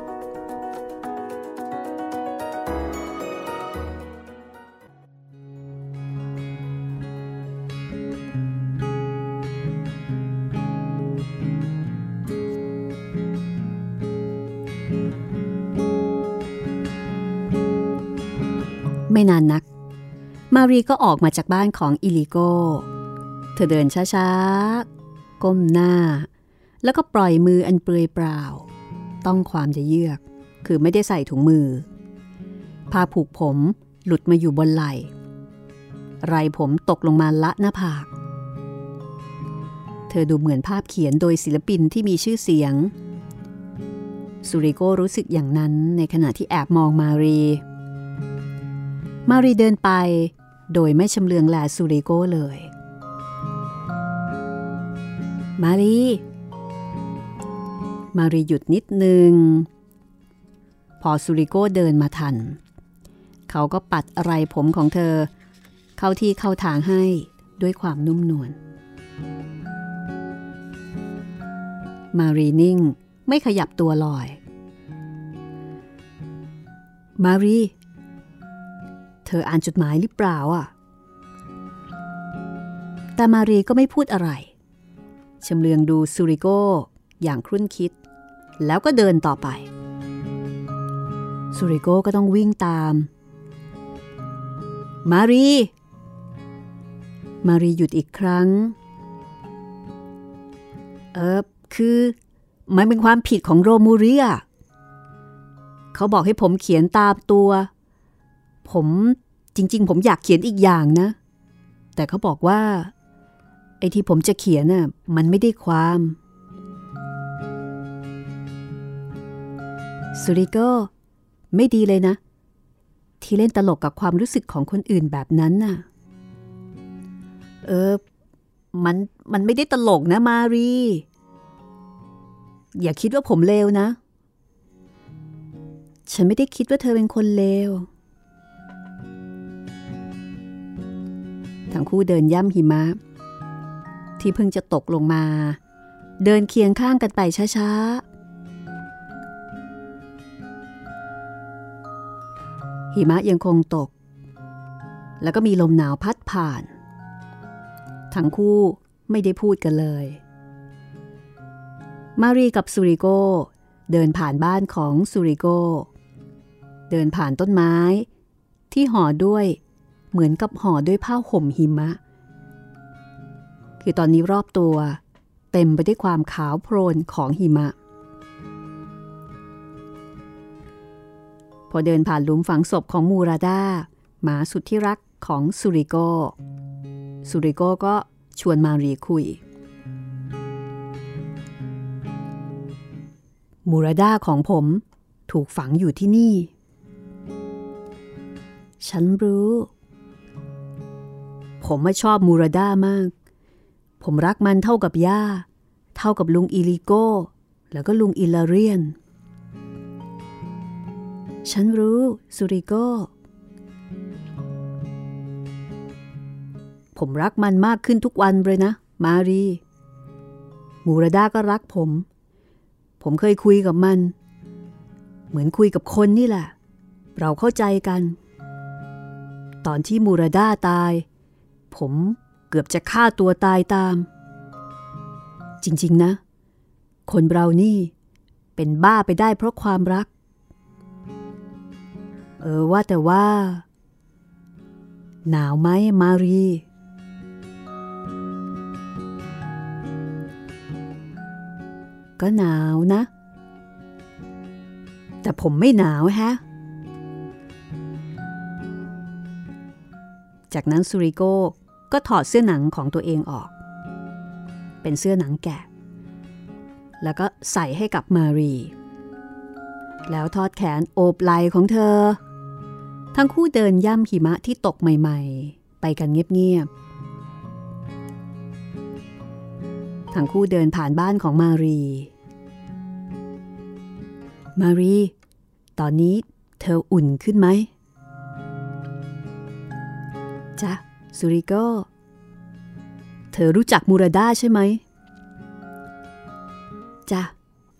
ไม่นานนักมารีก็ออกมาจากบ้านของอิลิโกเธอเดินช้าๆก้มหน้าแล้วก็ปล่อยมืออันเปลือยเปล่าต้องความจะเยือกคือไม่ได้ใส่ถุงมือผ้าผูกผมหลุดมาอยู่บนไหล่ไรผมตกลงมาละหน้าผากเธอดูเหมือนภาพเขียนโดยศิลปินที่มีชื่อเสียงซูริโกรู้สึกอย่างนั้นในขณะที่แอบมองมารีเดินไปโดยไม่ชำเลืองแลซูริโกเลยมารีหยุดนิดนึงพอซูริโกเดินมาทันเขาก็ปัดอะไรผมของเธอเข้าที่เข้าทางให้ด้วยความนุ่มนวลมารีนิ่งไม่ขยับตัวลอยมารีเธออ่านจดหมายหรือเปล่าแต่มารีก็ไม่พูดอะไรชำเลืองดูซูริโกอย่างครุ่นคิดแล้วก็เดินต่อไปซูริโกก็ต้องวิ่งตามมารีหยุดอีกครั้งคือมันเป็นความผิดของโรมูริเขาบอกให้ผมเขียนตามตัวผมจริงๆผมอยากเขียนอีกอย่างนะแต่เขาบอกว่าไอ้ที่ผมจะเขียนน่ะมันไม่ได้ความซูริโกไม่ดีเลยนะที่เล่นตลกกับความรู้สึกของคนอื่นแบบนั้นน่ะมันไม่ได้ตลกนะมารีอย่าคิดว่าผมเลวนะฉันไม่ได้คิดว่าเธอเป็นคนเลวทั้งคู่เดินย่ำหิมะที่เพิ่งจะตกลงมาเดินเคียงข้างกันไปช้าๆหิมะยังคงตกแล้วก็มีลมหนาวพัดผ่านทั้งคู่ไม่ได้พูดกันเลยมารีกับซูริโกเดินผ่านบ้านของซูริโกเดินผ่านต้นไม้ที่ห่อด้วยเหมือนกับห่อด้วยผ้าห่มหิมะคือตอนนี้รอบตัวเต็มไปด้วยความขาวโพลนของหิมะพอเดินผ่านหลุมฝังศพของมูราดาหมาสุดที่รักของซูริโกก็ชวนมารีคุยมูราดาของผมถูกฝังอยู่ที่นี่ฉันรู้ผมไม่ชอบมูราดามากผมรักมันเท่ากับย่าเท่ากับลุงอิลิโก้แล้วก็ลุงอิลาเรียนฉันรู้ซูริโกผมรักมันมากขึ้นทุกวันเลยนะมารีมูราดาก็รักผมเคยคุยกับมันเหมือนคุยกับคนนี่แหละเราเข้าใจกันตอนที่มูราดาตายผมเกือบจะฆ่าตัวตายตามจริงๆนะคนเรานี่เป็นบ้าไปได้เพราะความรักว่าแต่ว่าหนาวไหมมารีก็หนาวนะแต่ผมไม่หนาวฮะจากนั้นซูริโกก็ถอดเสื้อหนังของตัวเองออกเป็นเสื้อหนังแกะแล้วก็ใส่ให้กับมารีแล้วทอดแขนโอบไหล่ของเธอทั้งคู่เดินย่ำหิมะที่ตกใหม่ๆไปกันเงียบๆทั้งคู่เดินผ่านบ้านของมารีตอนนี้เธออุ่นขึ้นไหมจ๊ะซูริโกเธอรู้จักมูราดาใช่ไหมจ๊ะ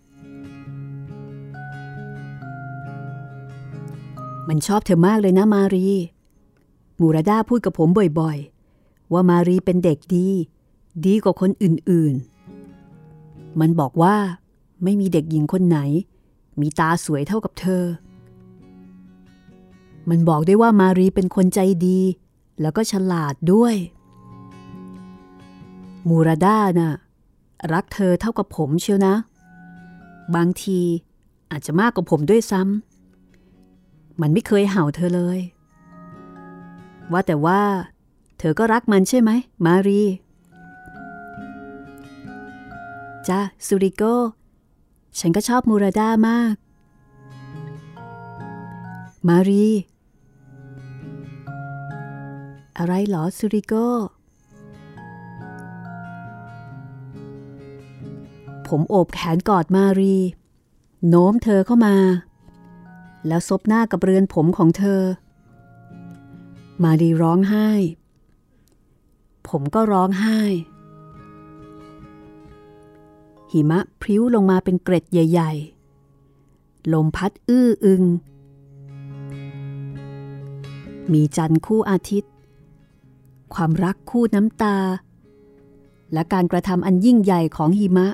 มันชอบเธอมากเลยนะมารีมูราดาพูดกับผมบ่อยๆว่ามารีเป็นเด็กดีกว่าคนอื่นๆมันบอกว่าไม่มีเด็กหญิงคนไหนมีตาสวยเท่ากับเธอมันบอกด้วยว่ามารีเป็นคนใจดีแล้วก็ฉลาดด้วยมูราดาน่ะรักเธอเท่ากับผมเชียวนะบางทีอาจจะมากกว่าผมด้วยซ้ำมันไม่เคยเห่าเธอเลยว่าแต่ว่าเธอก็รักมันใช่ไหมมารีจ้าซูริโกฉันก็ชอบมูราดามากมารีอะไรเหรอซูริโกผมโอบแขนกอดมารีโน้มเธอเข้ามาแล้วซบหน้ากับเรือนผมของเธอมารีร้องไห้ผมก็ร้องไห้หิมะพริ้วลงมาเป็นเกร็ดใหญ่ๆลมพัดอื้ออึงมีจันทร์คู่อาทิตย์ความรักคู่น้ำตาและการกระทำอันยิ่งใหญ่ของหิมะ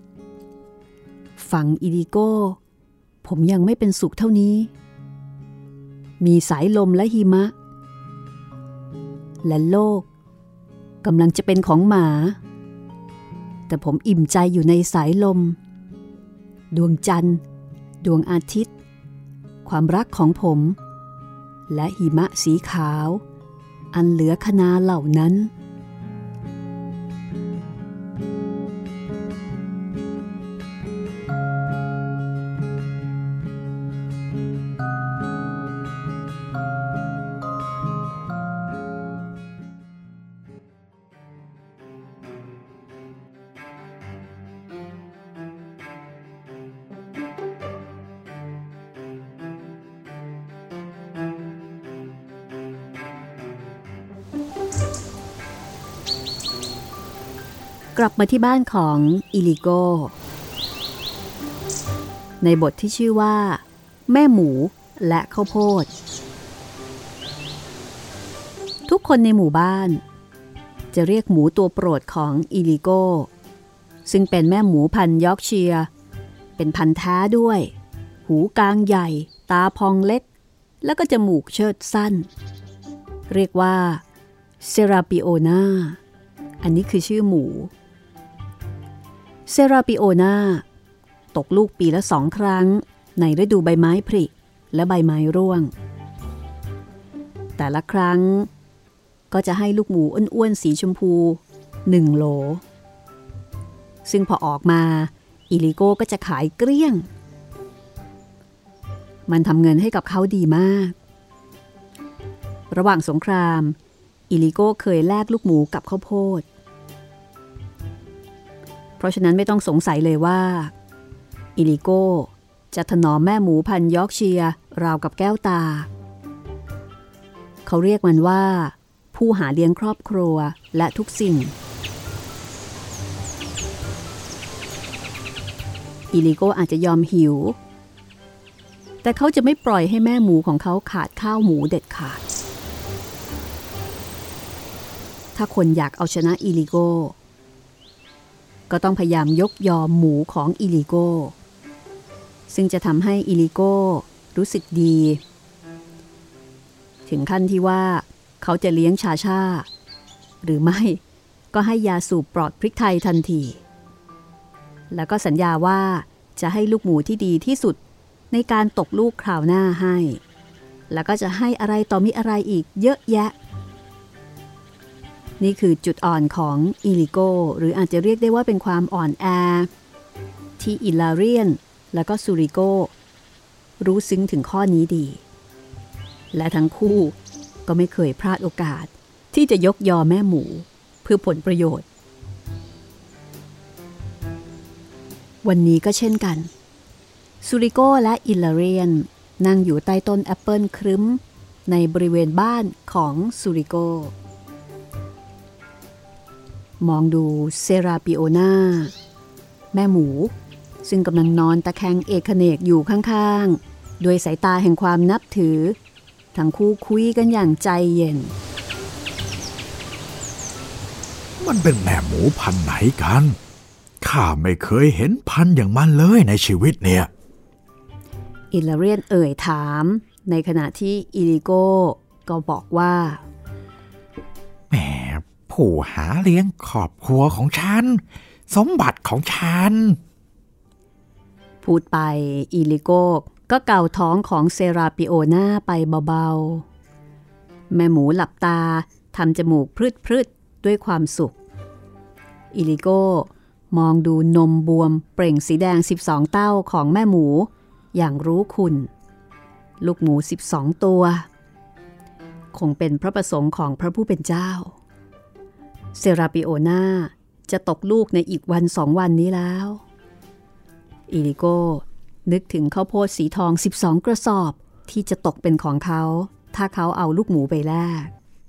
ฝั่งอิดิโก้ผมยังไม่เป็นสุขเท่านี้มีสายลมและหิมะและโลกกำลังจะเป็นของหมาแต่ผมอิ่มใจอยู่ในสายลมดวงจันทร์ดวงอาทิตย์ความรักของผมและหิมะสีขาวอันเหลือคนาเหล่านั้น กลับมาที่บ้านของอิลิโกในบทที่ชื่อว่าแม่หมูและข้าวโพดทุกคนในหมู่บ้านจะจะเรียกหมูตัวโปรดของอิลิโก้ซึ่งเป็นแม่หมูพันธุ์ยอร์กเชียร์เป็นพันธุ์แท้ด้วยหูกลางใหญ่ตาพองเล็กแล้วก็จมูกเชิดสั้นเรียกว่าเซราปิโอนาอันนี้คือชื่อหมูเซราปิโอนาตกลูกปีละ2 ครั้งในฤดูใบไม้ผลิและใบไม้ร่วงแต่ละครั้งก็จะให้ลูกหมูอ้วนๆสีชมพู1 โหลซึ่งพอออกมาอิลิโก้ก็จะขายเกลี้ยงมันทำเงินให้กับเขาดีมากระหว่างสงครามอิลิโก้เคยแลกลูกหมูกับข้าวโพดเพราะฉะนั้นไม่ต้องสงสัยเลยว่าอิลิโก้จะถนอมแม่หมูพันธุ์ยอร์กเชียร์ราวกับแก้วตาเขาเรียกมันว่าผู้หาเลี้ยงครอบครัวและทุกสิ่งอิลิโก้อาจจะยอมหิวแต่เขาจะไม่ปล่อยให้แม่หมูของเขาขาดข้าวหมูเด็ดขาดถ้าคนอยากเอาชนะอิลิโก้ก็ต้องพยายามยกยอหมูของอิลิโก้ซึ่งจะทำให้อิลิโก้รู้สึกดีถึงขั้นที่ว่าเขาจะเลี้ยงชาชาหรือไม่ก็ให้ยาสูบปลอดพริกไทยทันทีแล้วก็สัญญาว่าจะให้ลูกหมูที่ดีที่สุดในการตกลูกคราวหน้าให้แล้วก็จะให้อะไรต่อมิอะไรอีกเยอะแยะนี่คือจุดอ่อนของอิลิโก้หรืออาจจะเรียกได้ว่าเป็นความอ่อนแอที่อิลลาเรียนและก็ซูริโก้รู้ซึ้งถึงข้อนี้ดีและทั้งคู่ก็ไม่เคยพลาดโอกาสที่จะยกยอแม่หมูเพื่อผลประโยชน์วันนี้ก็เช่นกันซูริโก้และอิลลาเรียนนั่งอยู่ใต้ต้นแอปเปิลครึ้มในบริเวณบ้านของซูริโก้มองดูเซราปิโอนาแม่หมูซึ่งกำลังนอนตะแคงเอกเนกอยู่ข้างๆด้วยสายตาแห่งความนับถือทั้งคู่คุยกันอย่างใจเย็นมันเป็นแม่หมูพันธุ์ไหนกันข้าไม่เคยเห็นพันธุ์อย่างมันเลยในชีวิตเนี่ยอิลลาเรียนเอ่ยถามในขณะที่อิลิโก้ก็บอกว่าแหมผู้หาเลี้ยงครอบครัวของฉันสมบัติของฉันพูดไปอิลิโก้ก็เกาท้องของเซราปิโอนาไปเบาๆแม่หมูหลับตาทำจมูกพรึดๆด้วยความสุขอิลิโก้มองดูนมบวมเปล่งสีแดง12 เต้าของแม่หมูอย่างรู้คุณลูกหมู12 ตัวคงเป็นพระประสงค์ของพระผู้เป็นเจ้าเซราปิโอนาจะตกลูกในอีกวัน2 วันนี้แล้วอิลิโก้นึกถึงข้าวโพดสีทอง12 กระสอบที่จะตกเป็นของเขาถ้าเขาเอาลูกหมูไปแลก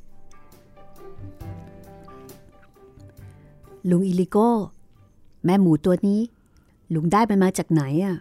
ลุงอิลิโก้แม่หมูตัวนี้ลุงได้มันมาจากไหนอ่ะ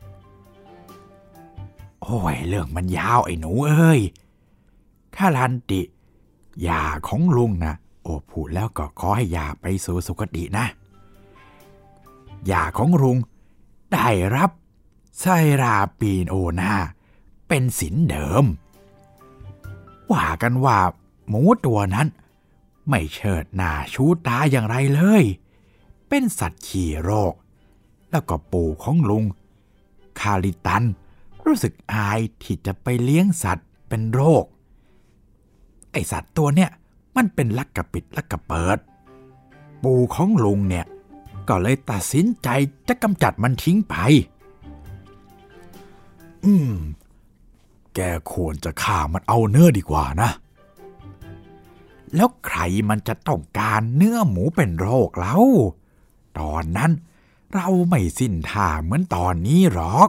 โอ้ยเรื่องมันยาวไอ้หนูเอ้ยข้าลันติยาของลุงนะโอ้พูดแล้วก็ขอให้ยาไปสู่สุคตินะยาของลุงได้รับไซราปีโอนาเป็นสินเดิมว่ากันว่าหมูตัวนั้นไม่เชิดหน้าชูตาอย่างไรเลยเป็นสัตว์ขี้โรคแล้วก็ปู่ของลุงคาลิตันรู้สึกอายที่จะไปเลี้ยงสัตว์เป็นโรคไอสัตว์ตัวเนี้ยมันเป็นลักกะปิดลักกะเปิดปู่ของลุงเนี่ยก็เลยตัดสินใจจะกำจัดมันทิ้งไปแกควรจะฆ่ามันเอาเนื้อดีกว่านะแล้วใครมันจะต้องการเนื้อหมูเป็นโรคเล่าตอนนั้นเราไม่สิ้นท่าเหมือนตอนนี้หรอก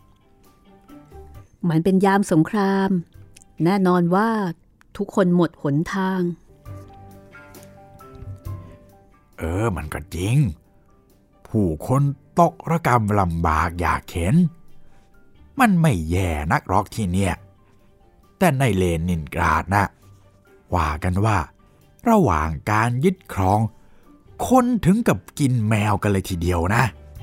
มันเป็นยามสงครามแน่นอนว่าทุกคนหมดหนทางมันก็จริงผู้คนตกระกำลำบากยากเข็ญมันไม่แย่นักหรอกที่เนี่ยแต่ในเลนินกราดนะว่ากันว่าระหว่างการยึดครองคนถึงกับกินแมวกันเลยทีเดียวนะ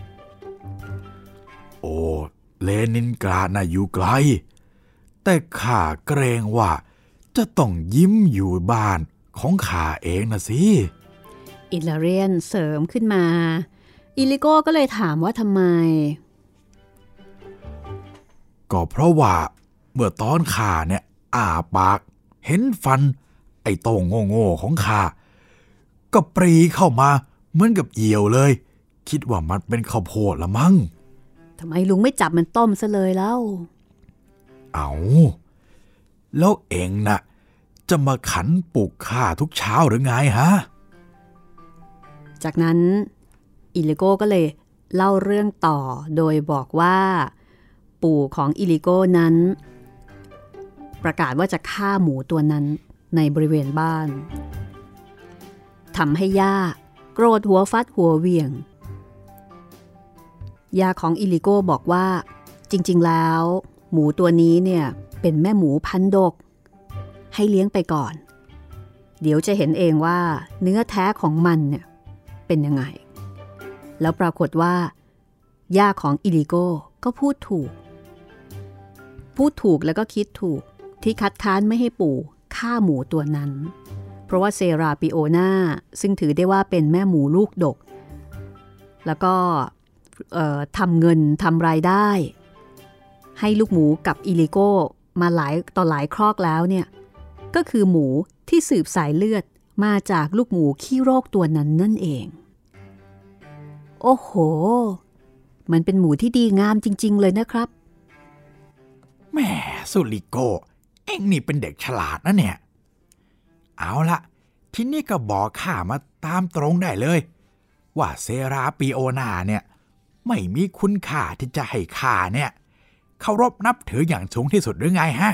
โอ้เลนินกราดน่ะอยู่ไกลแต่ข้าเกรงว่าจะต้องยิ้มอยู่บ้านของข้าเองนะสิอิลลาเรียนเสริมขึ้นมาอิลิโก้ก็เลยถามว่าทำไมก็เพราะว่าเมื่อตอนข้าเนี่ยอ้าปากเห็นฟันไอ้โต้งโง่ๆของข้าก็ปรีเข้ามาเหมือนกับเหยี่ยวเลยคิดว่ามันเป็นข้าวโพดละมั้งทำไมลุงไม่จับมันต้มซะเลยแล้วเอาแล้วเองน่ะจะมาขันปลุกข้าทุกเช้าหรือไงฮะจากนั้นอิลิโก้ก็เลยเล่าเรื่องต่อโดยบอกว่าปู่ของอิลิโก้นั้นประกาศว่าจะฆ่าหมูตัวนั้นในบริเวณบ้านทำให้ย่าโกรธหัวฟัดหัวเวียงย่าของอิลิโก้บอกว่าจริงๆแล้วหมูตัวนี้เนี่ยเป็นแม่หมูพันธุ์ดกให้เลี้ยงไปก่อนเดี๋ยวจะเห็นเองว่าเนื้อแท้ของมันเนี่ยเป็นยังไงแล้วปรากฏว่าย่าของอิลิโก้ก็พูดถูกแล้วก็คิดถูกที่คัดค้านไม่ให้ปู่ฆ่าหมูตัวนั้นเพราะว่าเซราปิโอนาซึ่งถือได้ว่าเป็นแม่หมูลูกดกแล้วก็ทำเงินทำรายได้ให้ลูกหมูกับอิลิโก้มาหลายต่อหลายครอกแล้วเนี่ยก็คือหมูที่สืบสายเลือดมาจากลูกหมูขี้โรคตัวนั้นนั่นเองโอ้โหมันเป็นหมูที่ดีงามจริงๆเลยนะครับแม่สุริโกเอ็งนี่เป็นเด็กฉลาดนะเนี่ยเอาละทีนี้ก็บอกข้ามาตามตรงได้เลยว่าเซราปิโอนาเนี่ยไม่มีคุณค่าที่จะให้ข้าเนี่ยเคารพนับถืออย่างสูงที่สุดหรือไงฮะ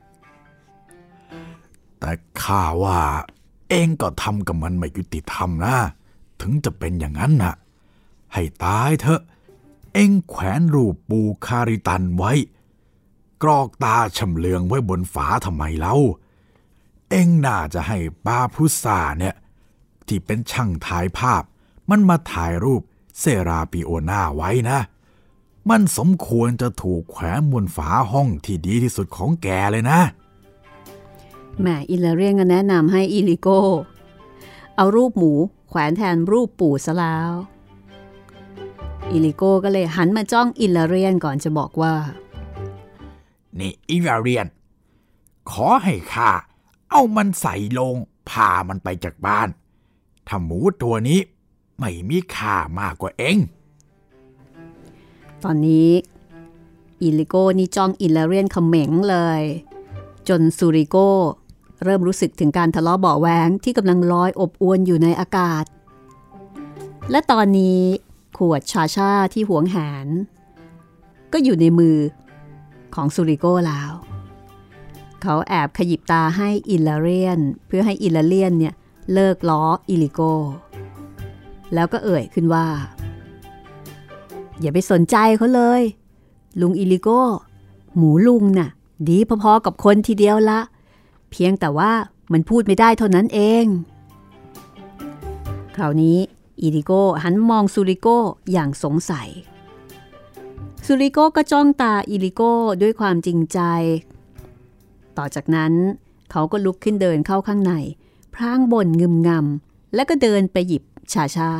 แต่ข้าว่าเอ็งก็ทำกับมันไม่ยุติธรรมนะถึงจะเป็นอย่างนั้นน่ะให้ตายเถอะเอ็งแขวนรูปปูคาริตันไว้กรอกตาชำเลืองไว้บนฝาทำไมเล่าเอ็งน่าจะให้ปาพุซาเนี่ยที่เป็นช่างถ่ายภาพมันมาถ่ายรูปเซราปิโอนาไว้นะมันสมควรจะถูกแขวนบนฝาห้องที่ดีที่สุดของแกเลยนะแม่อิลาเรียนก็แนะนำให้อิลิโก้เอารูปหมูแขวนแทนรูปปู่ซะแล้วอิลิโก้ก็เลยหันมาจ้องอิลาเรียนก่อนจะบอกว่านี่อิลาเรียนขอให้ข้าเอามันใส่ลงพามันไปจากบ้านถ้าหมูตัวนี้ไม่มีค่ามากกว่าเองตอนนี้อิลิโก้นี่จ้องอิลาเรียนเขม็งเลยจนซูริโก้เริ่มรู้สึกถึงการทะเลาะเบาะแว้งที่กำลังลอยอบอวลอยู่ในอากาศและตอนนี้ขวดชาชาที่หวงแหนก็อยู่ในมือของซูริโก้แล้วเขาแอบขยิบตาให้อิลาเรียนเพื่อให้อิลาเรียนเนี่ยเลิกล้ออิลิโก้แล้วก็เอ่ยขึ้นว่าอย่าไปสนใจเขาเลยลุงอิลิโก้หมูลุงน่ะดีพอๆกับคนทีเดียวละเพียงแต่ว่ามันพูดไม่ได้เท่านั้นเองคราวนี้อิลิโก้หันมองซูริโก้อย่างสงสัยซูริโก้ก็จ้องตาอิลิโก้ด้วยความจริงใจต่อจากนั้นเขาก็ลุกขึ้นเดินเข้าข้างในพลางบ่นงึมงำแล้วก็เดินไปหยิบชาชา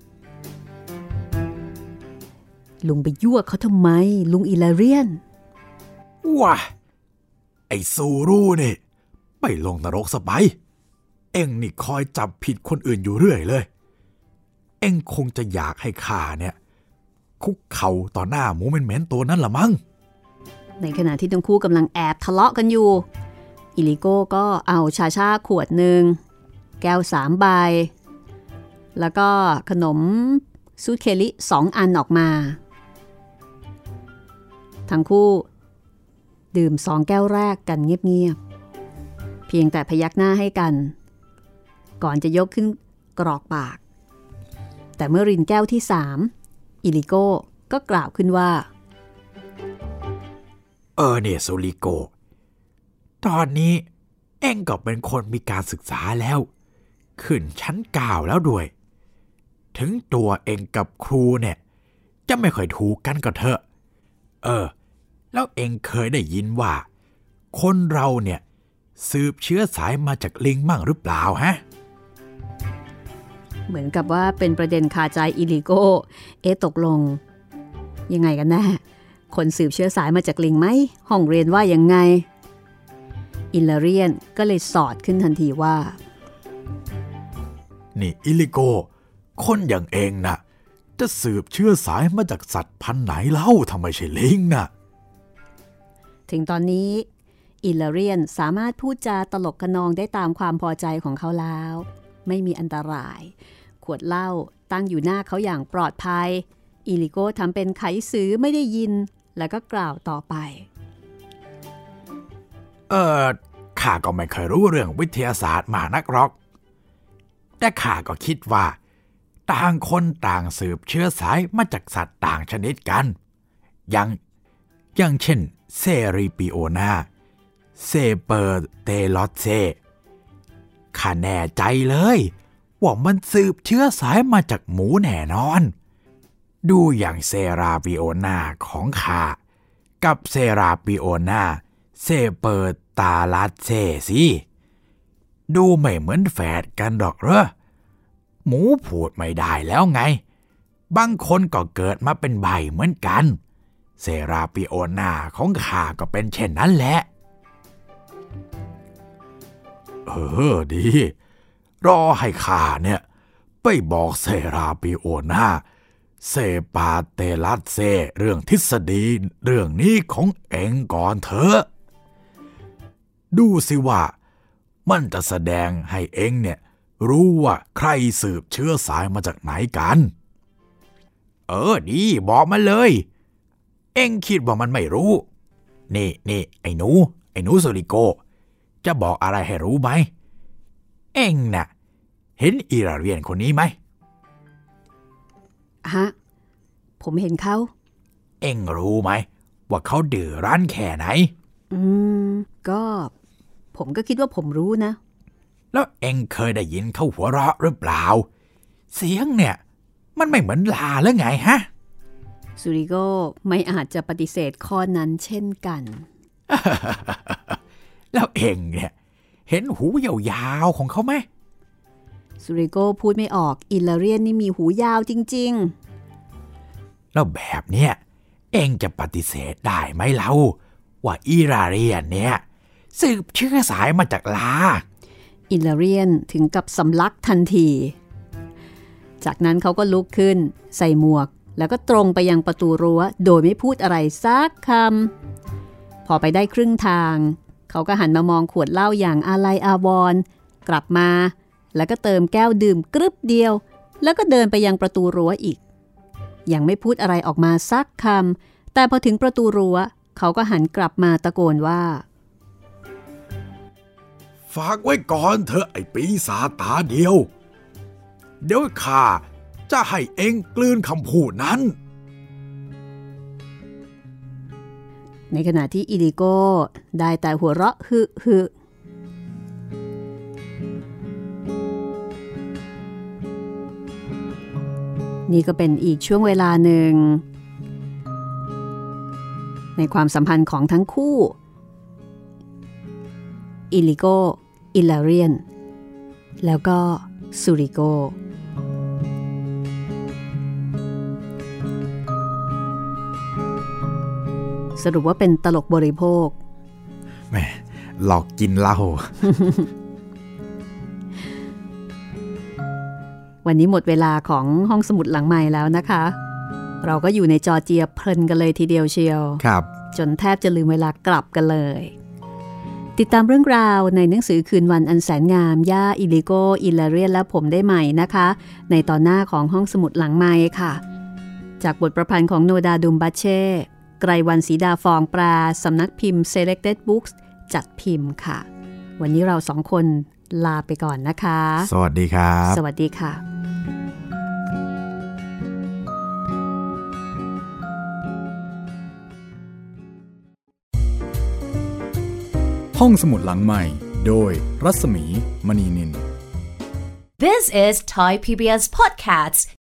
ลุงไปยั่วเขาทำไมลุงอิลาเรียนว้าไอ้ซูรูนี่ไปลงนรกซะไปเอ็งนี่คอยจับผิดคนอื่นอยู่เรื่อยเลยเอ็งคงจะอยากให้ข้าเนี่ยคุกเข่าต่อหน้าหมูเหม็นๆตัวนั้นละมั้งในขณะที่ทั้งคู่กำลังแอบทะเลาะกันอยู่อิลิโก้ก็เอาชาชาขวดหนึ่งแก้ว3 ใบแล้วก็ขนมซูเคลิ2 อันออกมาทั้งคู่ดื่ม2 แก้วแรกกันเงียบๆเพียงแต่พยักหน้าให้กันก่อนจะยกขึ้นกรอกปากแต่เมื่อรินแก้วที่3อิลิโก้ก็กล่าวขึ้นว่าเนี่ยซูริโกตอนนี้เอ็งก็เป็นคนมีการศึกษาแล้วขึ้นชั้น9แล้วด้วยถึงตัวเองกับครูเนี่ยจะไม่ค่อยถูกกันก็เถอะแล้วเองเคยได้ยินว่าคนเราเนี่ยสืบเชื้อสายมาจากลิงมั่งหรือเปล่าฮะเหมือนกับว่าเป็นประเด็นคาใจอิลิโก้ตกลงยังไงกันแน่คนสืบเชื้อสายมาจากลิงไหมห้องเรียนว่ายังไงอิลลาเรียนก็เลยสอดขึ้นทันทีว่านี่อิลิโก้คนอย่างเองนะจะสืบเชื้อสายมาจากสัตว์พันธุ์ไหนเล่าทำไมใช่ลิงนะถึงตอนนี้อิลลาเรียนสามารถพูดจาตลกขนองได้ตามความพอใจของเขาแล้วไม่มีอันตรายขวดเหล้าตั้งอยู่หน้าเขาอย่างปลอดภัยอิลิโก้ทำเป็นไขสื่อไม่ได้ยินแล้วก็กล่าวต่อไปข้าก็ไม่เคยรู้เรื่องวิทยาศาสตร์มานักหรอกแต่ข้าก็คิดว่าต่างคนต่างสืบเชื้อสายมาจากสัตว์ต่างชนิดกันอย่างเช่นเซริปิโอนาเซเปอร์เตลอสเซข้าแน่ใจเลยว่ามันสืบเชื้อสายมาจากหมูแน่นอนดูอย่างเซราปิโอนาของข้ากับเซราปิโอนาเซเปอร์ตาลัสเซสิดูไม่เหมือนแฝดกันหรอกเหรอหมูพูดไม่ได้แล้วไงบางคนก็เกิดมาเป็นใบเหมือนกันเซราปิโอนาของข้าก็เป็นเช่นนั้นแหละดีรอให้ข้าเนี่ยไปบอกเซราปิโอนาเซปาเตลัสเซเรื่องทฤษฎีเรื่องนี้ของเอ็งก่อนเถอะดูสิว่ามันจะแสดงให้เอ็งเนี่ยรู้ว่าใครสืบเชื้อสายมาจากไหนกันดีบอกมาเลยเอ็งคิดว่ามันไม่รู้นี่ไอ้หนูโซริโกจะบอกอะไรให้รู้ไหมเอ็งน่ะเห็นอิราเรียนคนนี้ไหมฮะผมเห็นเขาเอ็งรู้ไหมว่าเขาดื้อรั้นแค่ไหนก็ผมก็คิดว่าผมรู้นะแล้วเอ็งเคยได้ยินเขาหัวเราะหรือเปล่าเสียงเนี่ยมันไม่เหมือนลาหรือไงฮะซูริโกไม่อาจจะปฏิเสธข้อนั้นเช่นกันแล้วเอ็งเนี่ยเห็นหูยาวๆของเขาไหมซูริโกพูดไม่ออกอิลลาเรียนนี่มีหูยาวจริงๆแล้วแบบเนี้ยเอ็งจะปฏิเสธได้ไหมเล่าว่าอิราเรียนเนี่ยสืบเชื้อสายมาจากลาอิลลาเรียนถึงกับสำลักทันทีจากนั้นเขาก็ลุกขึ้นใส่หมวกแล้วก็ตรงไปยังประตูรั้วโดยไม่พูดอะไรสักคำพอไปได้ครึ่งทางเขาก็หันมามองขวดเหล้าอย่างอาลัยอาวรณ์กลับมาแล้วก็เติมแก้วดื่มกรึบเดียวแล้วก็เดินไปยังประตูรั้วอีกยังไม่พูดอะไรออกมาสักคำแต่พอถึงประตูรั้วเขาก็หันกลับมาตะโกนว่าฝากไว้ก่อนเถอะไอ้ปีศาจตาเดียวเดี๋ยวข้าจะให้เอ็งกลืนคำพูดนั้นในขณะที่อิลิโก้ได้แต่หัวเราะฮึ นี่ก็เป็นอีกช่วงเวลาหนึ่งในความสัมพันธ์ของทั้งคู่อิลิโกอิลาเรียนแล้วก็ซูริโกสรุปว่าเป็นตลกบริโภคแม่หลอกกินเหล้าวันนี้หมดเวลาของห้องสมุดหลังใหม่แล้วนะคะเราก็อยู่ในจอร์เจียเพลินกันเลยทีเดียวเชียวครับจนแทบจะลืมเวลากลับกันเลยติดตามเรื่องราวในหนังสือคืนวันอันแสนงามย่าอิลิโกอิลาเรียนและผมได้ใหม่นะคะในตอนหน้าของห้องสมุดหลังใหม่ค่ะจากบทประพันธ์ของโนดาดุมบัชเช่ไกรวรรณศรีดาฟองปราสำนักพิมพ์ Selected Books จัดพิมพ์ค่ะวันนี้เราสองคนลาไปก่อนนะคะสวัสดีครับสวัสดีค่ะห้องสมุดหลังใหม่โดยรัศมีมณีนิน This is Thai PBS Podcasts